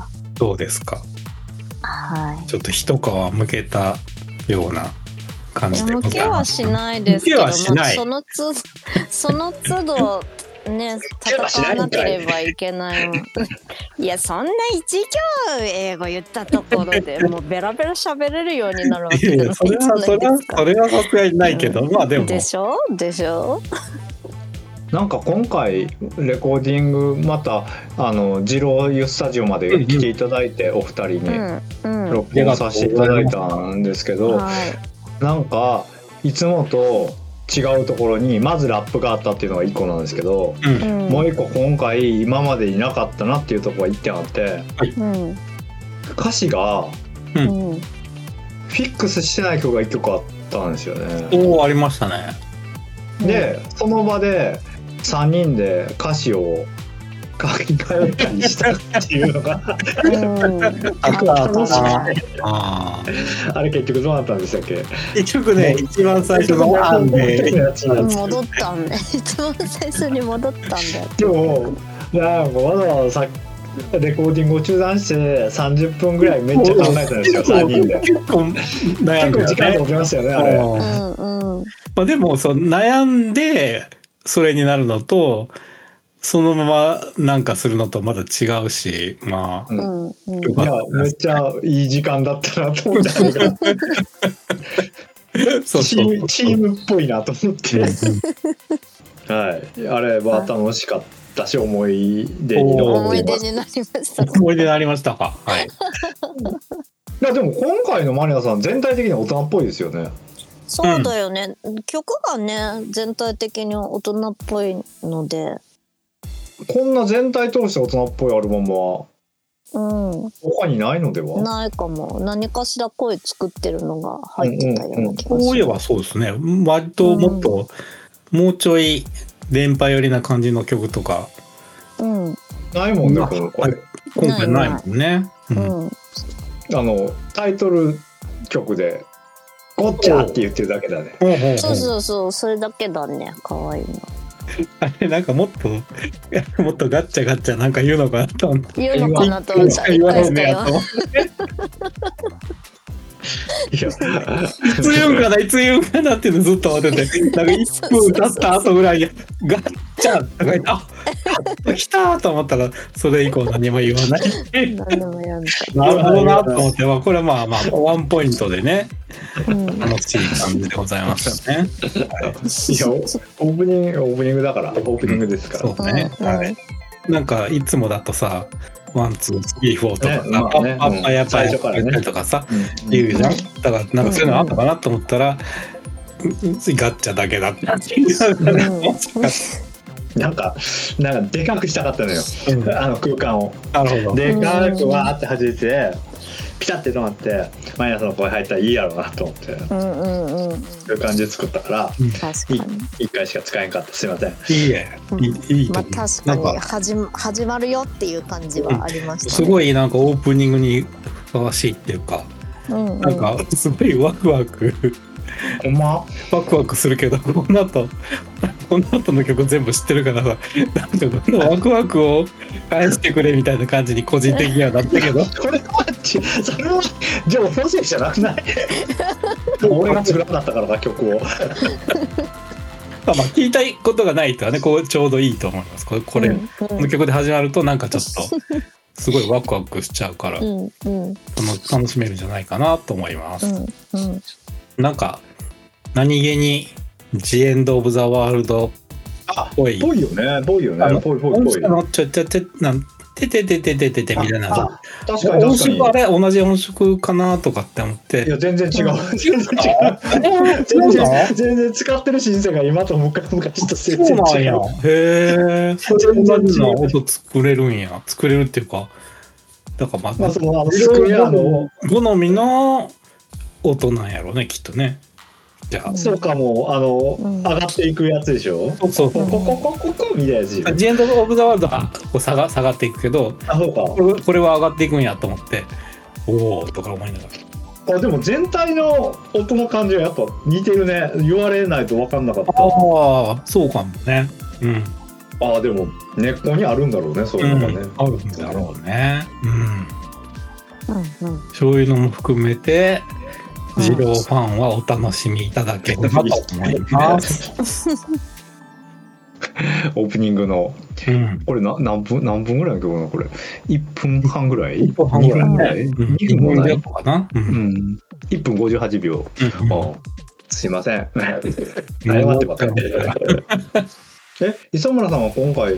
どうですか。 はい。 ちょっと一皮むけたような感じでございます。 向けはしないですけど、 向けはしない。 まあ、そのつその都度ね戦わなければいけない。いやそんな一行英語言ったところでもうベラベラ喋れるようになるわけじゃないですか。 いやいやそれはそれはそれはさすがにないけど、うん、まあでもでしょでしょ。 なんか今回レコーディングまたあのジローユスタジオまで来ていただいて、うん、お二人に録音させていただいたんですけど、うんうん、なんかいつもと違うところにまずラップがあったっていうのがいっこなんですけど、うん、もういっこ今回今までになかったなっていうところがいってんあって、うん、歌詞が、うん、フィックスしてない曲がいっきょくあったんですよね。 おーありましたね。 でその場でさんにんで歌詞を書き換えたりしたっていうのがあ楽しい。あれ結局どうなったんでしたっけ。 結局ね一番最初の案で戻ったんで一番最初に戻ったんだよ。 でもなんかわざわざレコーディングを中断してさんじゅっぷんぐらいめっちゃ考えたんですよさんにんで。結構悩んで、ね、結構時間かかりましたよねあれ。 うんうん、 まあでもそう悩んでそれになるのとそのままなんかするのとまだ違うし、まあ、うんうん、いやめっちゃいい時間だったなと思ったのがそうそうチーム、チームっぽいなと思って、はいあれは楽しかったし思い出に思い出になりました。 思い出になりましたか。はい。 いやでも今回のマリナさん全体的に大人っぽいですよね。 そうだよね、うん、曲がね全体的に大人っぽいのでこんな全体通して大人っぽいアルバムは、 うん、 他にないのでは。 ないかも。何かしら声作ってるのが入ってたような気がする、うんうん、 そういえばそうですね。割ともっと、うん、もうちょい電波寄りな感じの曲とか、 うん、 ないもんね今回。 今回ないもんね。 うん、 あのタイトル曲でゴッチャーって言ってるだけだね。 そうそうそうそれだけだね。可愛いの。 あれなんかもっともっとガッチャガッチャなんか言うのかなと思って。 言うのかなと思った。 言わないねやと。いつ言うんかないつ言うんかなっていうのずっと思ってて、なんかいっぷん経った後ぐらいにガッチャとか言って、あ来たと思ったらそれ以降何も言わない。 何でもやんなるほどなと思って、まあ、これはまあまあワンポイントでね、 うん、 楽しい感じでございましたね。はい、いやオープニングオープニングだからオープニングですから。 そうね。 うん、 はい。なんかいつもだとさ、ワンツースリーフォーとか、 ねまあね、 パッパやっぱりやったりとかさ、うん、言うじゃん。だからなんかそういうのあったかなと思ったら、うん、ガッチャだけだったっていう。 なんかなんかでかくしたかったのよ、うん、あの空間を。 なるほど。 でかくわーって始めてピタッて止まってマイナスの声入ったらいいやろうなと思って、うんうんうん、そういう感じで作ったから、うん、確かにいっかいしか使えんかった。すいません。 いいえ、いい、いいと思う。 まあ、確かに始ま、始まるよっていう感じはありましたね、うん、 すごいなんかオープニングにふさわしいっていうか、うんうん、なんかすごいワクワクほんまワクワクするけど、この後この後の曲全部知ってるからさ、なんかこのワクワクを返してくれみたいな感じに個人的にはなったけどこれはそれはじゃあ音声じゃなくない俺が作らなかったからか曲をまあ聞いたいことがないとはね、こうちょうどいいと思います。これ、これ、うんうん、この曲で始まるとなんかちょっとすごいワクワクしちゃうから、うんうん、その楽しめるんじゃないかなと思います。うんうん、なんか何気にジエンドオブザワールドっぽい。 ぽいよね、ぽいよね、ぽいぽいぽい。 ちょちょちょなんてててててててみたいな。 確かに確かに。 音色あれ同じ音色かなとかって思って。 いや全然違う。全然違う。全然全然使ってるシンセが今と昔と全然違う。 へえ。それ同じな音作れるんや。作れるっていうか。だからまあ、まあ、そのスクエアの好みの音なんやろうねきっとね。じゃあそうかもあの、うん、上がっていくやつでしょ。 そうそうそう。 こここここみたいなやつ。 ジエンドオブザワールドはこう下が下がっていくけど、 あそうか。 これ、これは上がっていくんやと思って、おおとか思いながら。あでも全体の音の感じはやっぱ似てるね。言われないと分かんなかった。 ああそうかもね。うん。 ああでも根っこにあるんだろうね、そういうのがね、うん、 あるんだろうね、うんうんうん、そういうのも含めて二郎ファンはお楽しみいただければと思います、 オープニングの、うん、これな何分何分ぐらいの曲なのこれいっぷんはんぐらいいっぷんはんぐらいにふんぐらいかな、うんうん、いっぷんごじゅうはちびょう、うんうん、すいません謝ってばっかりえ、磯村さんは今回、うん、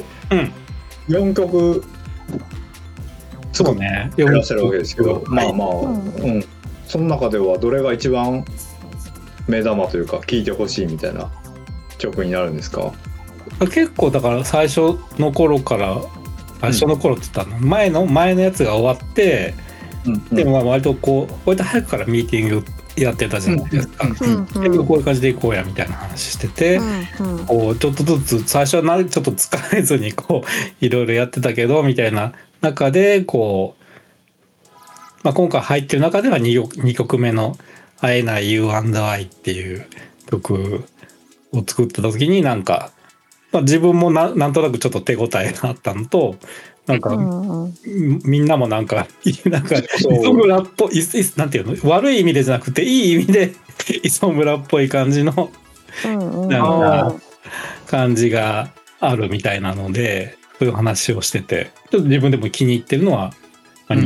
よんきょくそうねいらっしゃるわけですけど、まあまあ、うんうん、その中ではどれが一番目玉というか聴いてほしいみたいな曲になるんですか？ 結構だから最初の頃から最初の頃って言ったの、うん、前の前のやつが終わって、うんうん、でも割とこう割と早くからミーティングやってたじゃないですか、うんうん、こういう感じでいこうやみたいな話してて、うんうん、こうちょっとずつ最初はなちょっと疲れずにこういろいろやってたけどみたいな中でこう、まあ、今回入ってる中では 2, にきょくめの「会えない You and I」っていう曲を作ってた時になんか、まあ、自分も な, なんとなくちょっと手応えがあったのとなんか、うんうん、みんなもなんかなんか磯村っぽいなんていうの悪い意味でじゃなくていい意味で磯村っぽい感じの、うんうん、なんか感じがあるみたいなのでそういう話をしててちょっと自分でも気に入ってるのは、うんうん、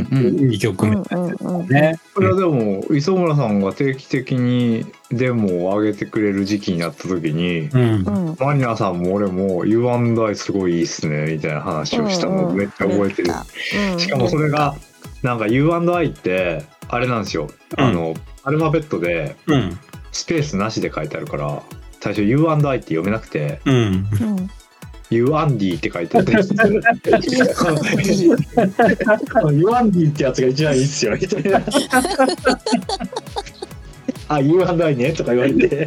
にきょくめですね。 これはでも磯村さんが定期的にデモを上げてくれる時期になった時に、うん、マリナさんも俺も You and I すごいいいっすねみたいな話をしたのをめっちゃ覚えてる、うんうん、しかもそれがなんか You and I ってあれなんですよ、うん、あのアルファベットでスペースなしで書いてあるから最初 You and I って読めなくて、うん、You and I って書いてあってYou and I ってやつが一番いいっすよみたいなあ、You and I ねとか言われて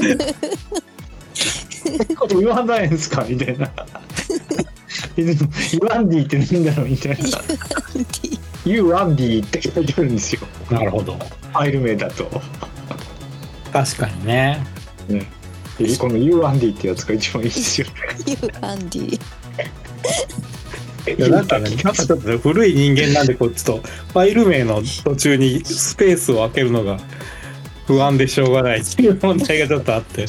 これ You and I ですかみたいなYou and I ってなんだろうみたいなYou and I って書いてあるんですよ。 なるほど。 ファイル名だと確かにね。 ねこの You and I ってやつが一番いいですよ。 You and I いやなんかね、なんかちょっと、ね、古い人間なんでこうちょっとファイル名の途中にスペースを空けるのが不安でしょうがないっていう問題がちょっとあって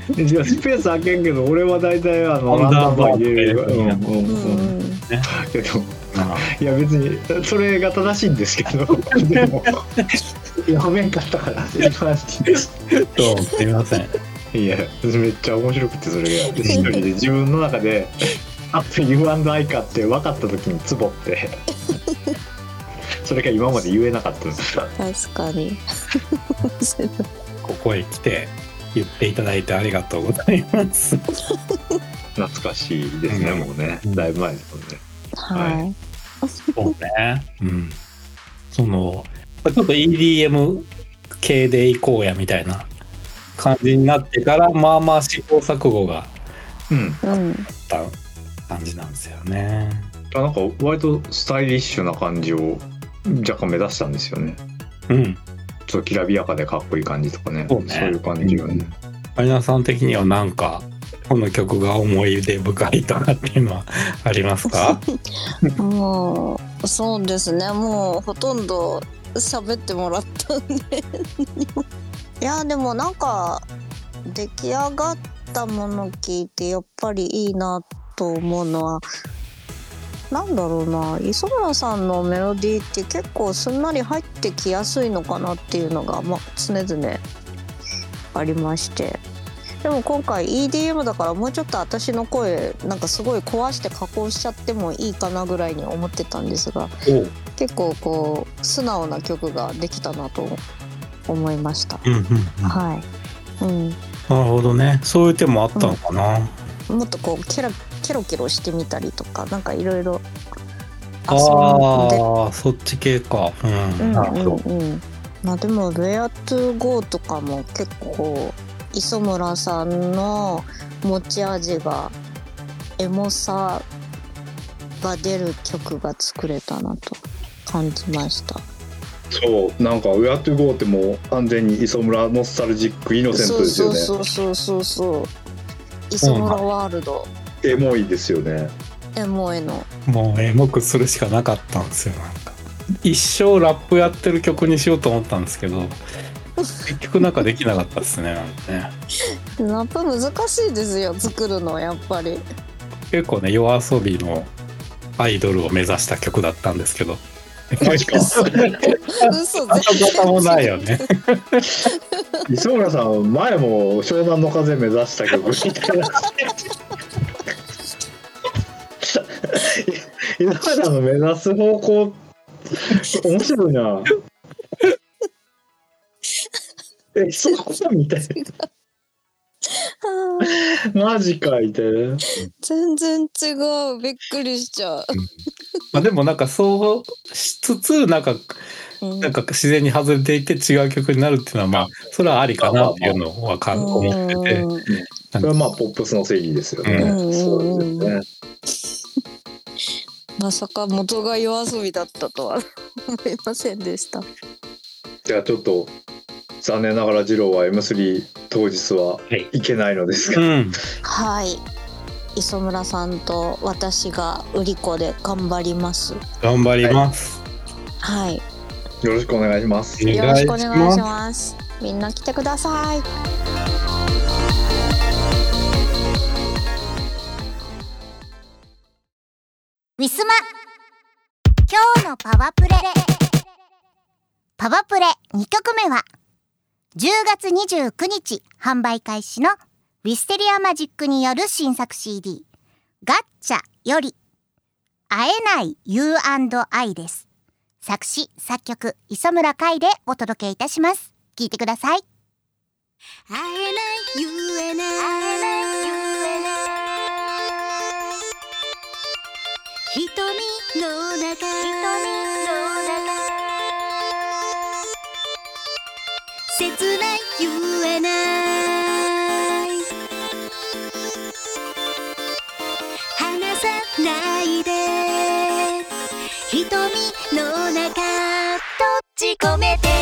いやスペース開けんけど俺は大体あのランダムバー入れる。うんうんうん。けどいや別にそれが正しいんですけどでも読めんかったからすいませんです。 そうすいません。 いやめっちゃ面白くてそれが一人で自分の中であと ユーアンドアイ かって分かった時にツボってそれが今まで言えなかったんですか。 確かにここへ来て言っていただいてありがとうございます。 懐かしいですね、うん、もうねだいぶ前ですもんね。 はい、はい、 そうね、うん、そのちょっと イーディーエム 系でいこうやみたいな感じになってからまあまあ試行錯誤があった感じなんですよね。 なんか割とスタイリッシュな感じを若干目指したんですよね。 うん。 ちょっときらびやかでかっこいい感じとかね。 そうね。 そういう感じがね。 有野さん的にはなんかこの曲が思い出深いとかっていうのはありますか？ もうそうですね。もうほとんど喋ってもらったんでいやでもなんか出来上がったもの聞いてやっぱりいいなと思うのはなんだろうな、磯村さんのメロディーって結構すんなり入ってきやすいのかなっていうのが、ま、常々ありまして、でも今回 イーディーエム だからもうちょっと私の声なんかすごい壊して加工しちゃってもいいかなぐらいに思ってたんですが、結構こう素直な曲ができたなと思いました。 うんうんうん、 はい、うん、 なるほどね。そういう手もあったのかな、 うん、もっとこうキラケロケロしてみたりとかなんかいろいろああそっち系か。うん、うんうんうん、まあでも Where to Go とかも結構磯村さんの持ち味がエモさが出る曲が作れたなと感じました。 そうなんか Where to Go ってもう完全に磯村ノスタルジックイノセントですよね。 そうそうそうそう磯村ワールド、 エモいですよね。 エモいのもうエモくするしかなかったんですよ。なんか一生ラップやってる曲にしようと思ったんですけど結局なんかできなかったですね。なんかねラップ難しいですよ作るの。やっぱり結構ね夜遊びのアイドルを目指した曲だったんですけどマジか嘘全然もないよね磯村さん前も湘南の風目指した曲みたいな磯村さんの目指す方向面白いなえそうみたいなマジかいて全然違う。びっくりしちゃうまあでもなんかそうしつつなんか、うん、なんか自然に外れていて違う曲になるっていうのはまあそれはありかなっていうのはか思ってて、うん、 それはまあポップスの正義ですよね、うん、そうですね。 まさか元が夜遊びだったとは思いませんでした。 じゃあちょっと残念ながら次郎は エムスリー 当日はいけないのですが、はい、うんはい、磯村さんと私が売り子で頑張ります。 頑張ります。 はい。 よろしくお願いします。 よろしくお願いします。みんな来てください。 ウィスマ今日のパワプレパワプレにきょくめはじゅうがつにじゅうくにち販売開始のウィステリアマジックによる新作 シーディー ガッチャより会えない ユーアンドアイ です。作詞作曲磯村海でお届けいたします。聴いてください。会えない言えない瞳の中瞳の中切ない言えない離さないで瞳の中閉じ込めて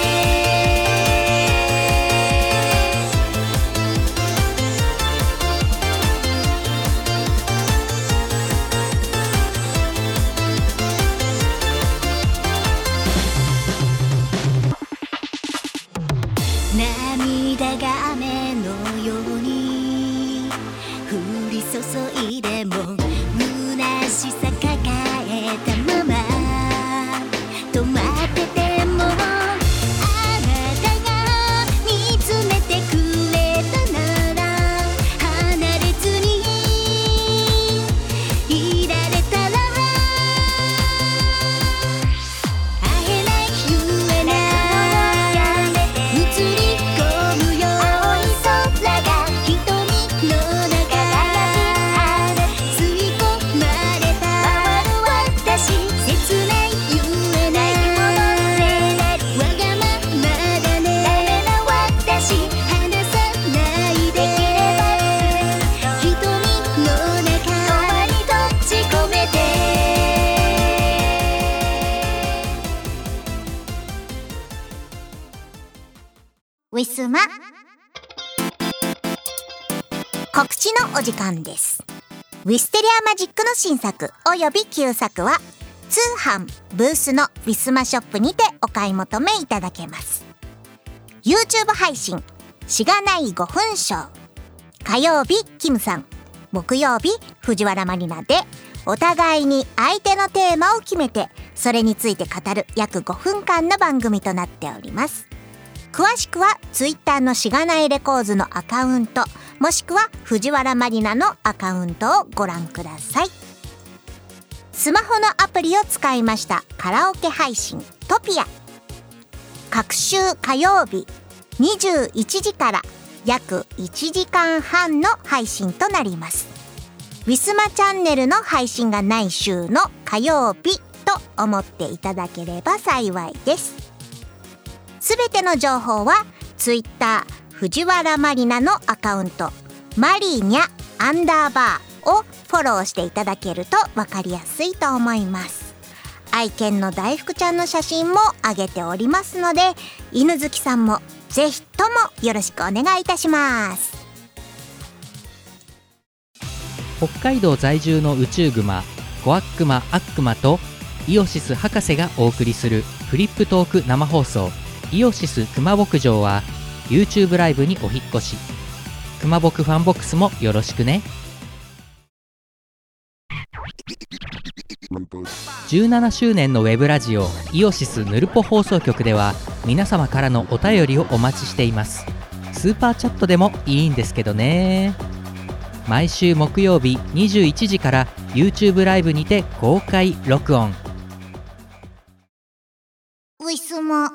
涙が雨のように注いでも虚しさ抱えたまま止まってても、あなたが見つめてくれたなら離れずにいられたら、会えない言えない映り込むよ青い空が瞳の中吸い込まれた私、切ない言えないわがままだね、私離さないで瞳の中に閉じ込めて。 ウィスマ告知のお時間です。ウィステリアマジックの新作および旧作は通販ブースのウィスマショップにてお買い求めいただけます。 YouTube 配信しがないごふんショー、火曜日キムさん、木曜日藤原まりなでお互いに相手のテーマを決めてそれについて語る約ごふんかんの番組となっております。詳しくは Twitter のしがないレコーズのアカウント、もしくは藤原まりなのアカウントをご覧ください。スマホのアプリを使いましたカラオケ配信トピア、各週火曜日にじゅういちじから約いちじかんはんの配信となります。ウィスマチャンネルの配信がない週の火曜日と思っていただければ幸いです。すべての情報はツイッター藤原まりなのアカウントマリーニャアンダーバーをフォローしていただけると分かりやすいと思います。愛犬の大福ちゃんの写真も上げておりますので、犬好きさんもぜひともよろしくお願いいたします。 北海道在住の宇宙グマコアックマアックマとイオシス博士がお送りするフリップトーク生放送イオシス熊牧場は YouTube ライブにお引っ越し。熊牧ファンボックスもよろしくね。じゅうななしゅうねんのウェブラジオイオシスヌルポ放送局では皆様からのお便りをお待ちしています。スーパーチャットでもいいんですけどね。毎週木曜日にじゅういちじから YouTube ライブにて公開録音。 ウィスマ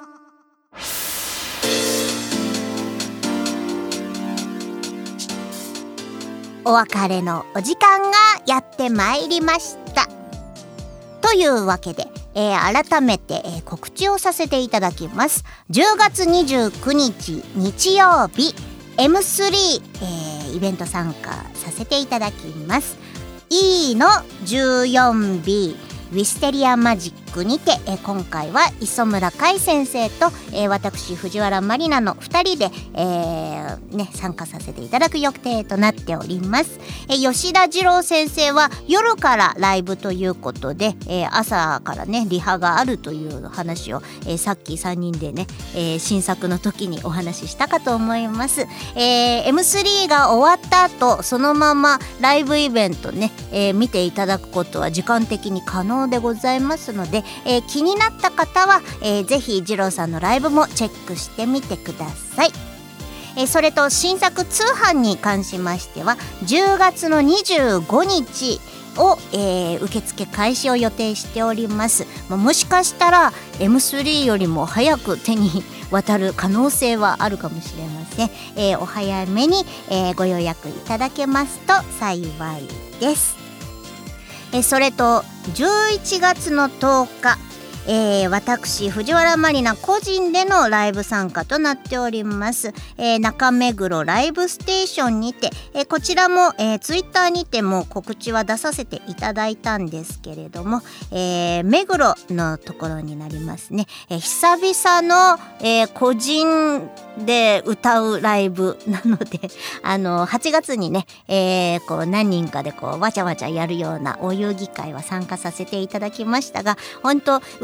お別れのお時間がやってまいりました。というわけで、えー、改めて、えー、告知をさせていただきます。じゅうがつにじゅうくにち日曜日 エムスリー、えー、イベント参加させていただきます。 E の じゅうよんビー ウィステリアマジックにて、えー、今回は磯村海先生と、えー、私藤原まりなのふたりで、えーね、参加させていただく予定となっております。えー、吉田二郎先生は夜からライブということで、えー、朝からねリハがあるという話を、えー、さっきさんにんでね、えー、新作の時にお話ししたかと思います。えー、エムスリー が終わった後そのままライブイベントね、えー、見ていただくことは時間的に可能でございますので、えー、気になった方は、えー、ぜひ二郎さんのライブもチェックしてみてください。えー、それと新作通販に関しましてはじゅうがつのにじゅうごにちを、えー、受付開始を予定しております。まあ、もしかしたら エムスリー よりも早く手に渡る可能性はあるかもしれません。えー、お早めに、えー、ご予約いただけますと幸いです。えー、それとじゅういちがつのとおか、えー、私藤原まりな個人でのライブ参加となっております。えー、中目黒ライブステーションにて、えー、こちらも、えー、ツイッターにても告知は出させていただいたんですけれども、えー、目黒のところになりますね。えー、久々の、えー、個人で歌うライブなので、あのはちがつにね、えー、こう何人かでこうわちゃわちゃやるようなお遊戯会は参加させていただきましたが、本当歌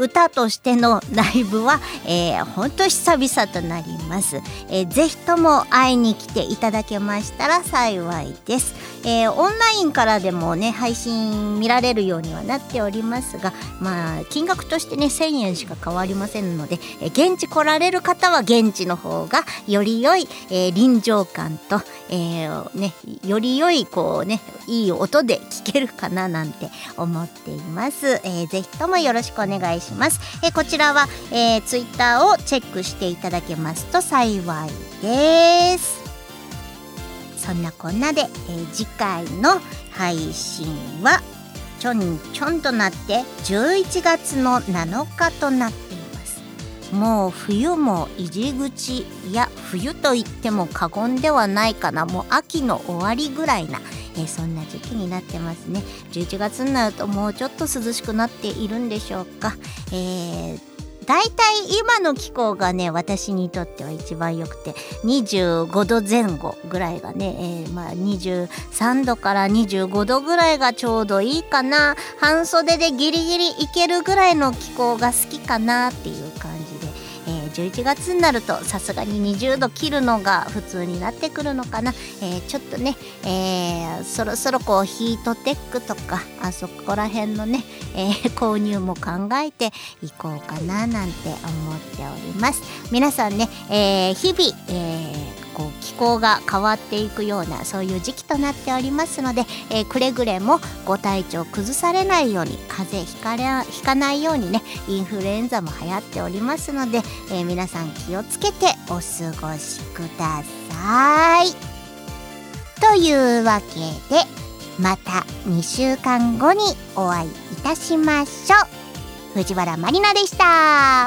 歌としてのライブは、えー、本当久々となります、えー、ぜひとも会いに来ていただけましたら幸いです、えー、オンラインからでもね配信見られるようにはなっておりますが、まあ金額としてねせんえんしか変わりませんので、えー、現地来られる方は現地の方がより良い、えー、臨場感と、えーね、より良いこうねいい音で聴けるかななんて思っています、えー、ぜひともよろしくお願いします、えー、こちらは、えー、ツイッターをチェックしていただけますと幸いです。そんなこんなで、えー、次回の配信はちょんちょんとなってじゅういちがつのなのかとなっています。もう冬も入り口、いや冬と言っても過言ではないかな、もう秋の終わりぐらいな、えー、そんな時期になってますね。じゅういちがつになるともうちょっと涼しくなっているんでしょうか。えーだいたい今の気候がね私にとっては一番良くてにじゅうごどぜん後ぐらいがね、えー、まあにじゅうさんどからにじゅうごどぐらいがちょうどいいかな、半袖でギリギリいけるぐらいの気候が好きかなっていう感じで、えー、じゅういちがつになるとさすがににじゅうど切るのが普通になってくるのかな、えー、ちょっとね、えー、そろそろこうヒートテックとかあそこら辺のね、えー、購入も考えていこうかななんて思っております。皆さんね、えー、日々、えーこう気候が変わっていくようなそういう時期となっておりますので、えー、くれぐれもご体調崩されないように、風邪ひかれひかないようにね、インフルエンザも流行っておりますので、えー、皆さん気をつけてお過ごしください。というわけでまたにしゅうかんごにお会いいたしましょう。藤原まりなでした。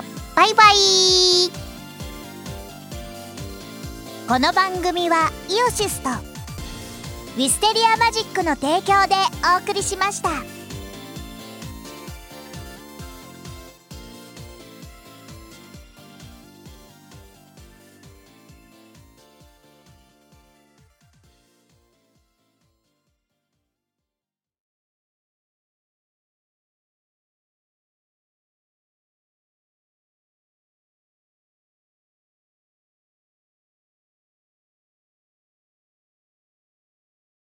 バイバイ。この番組はイオシスとウィステリアマジックの提供でお送りしました。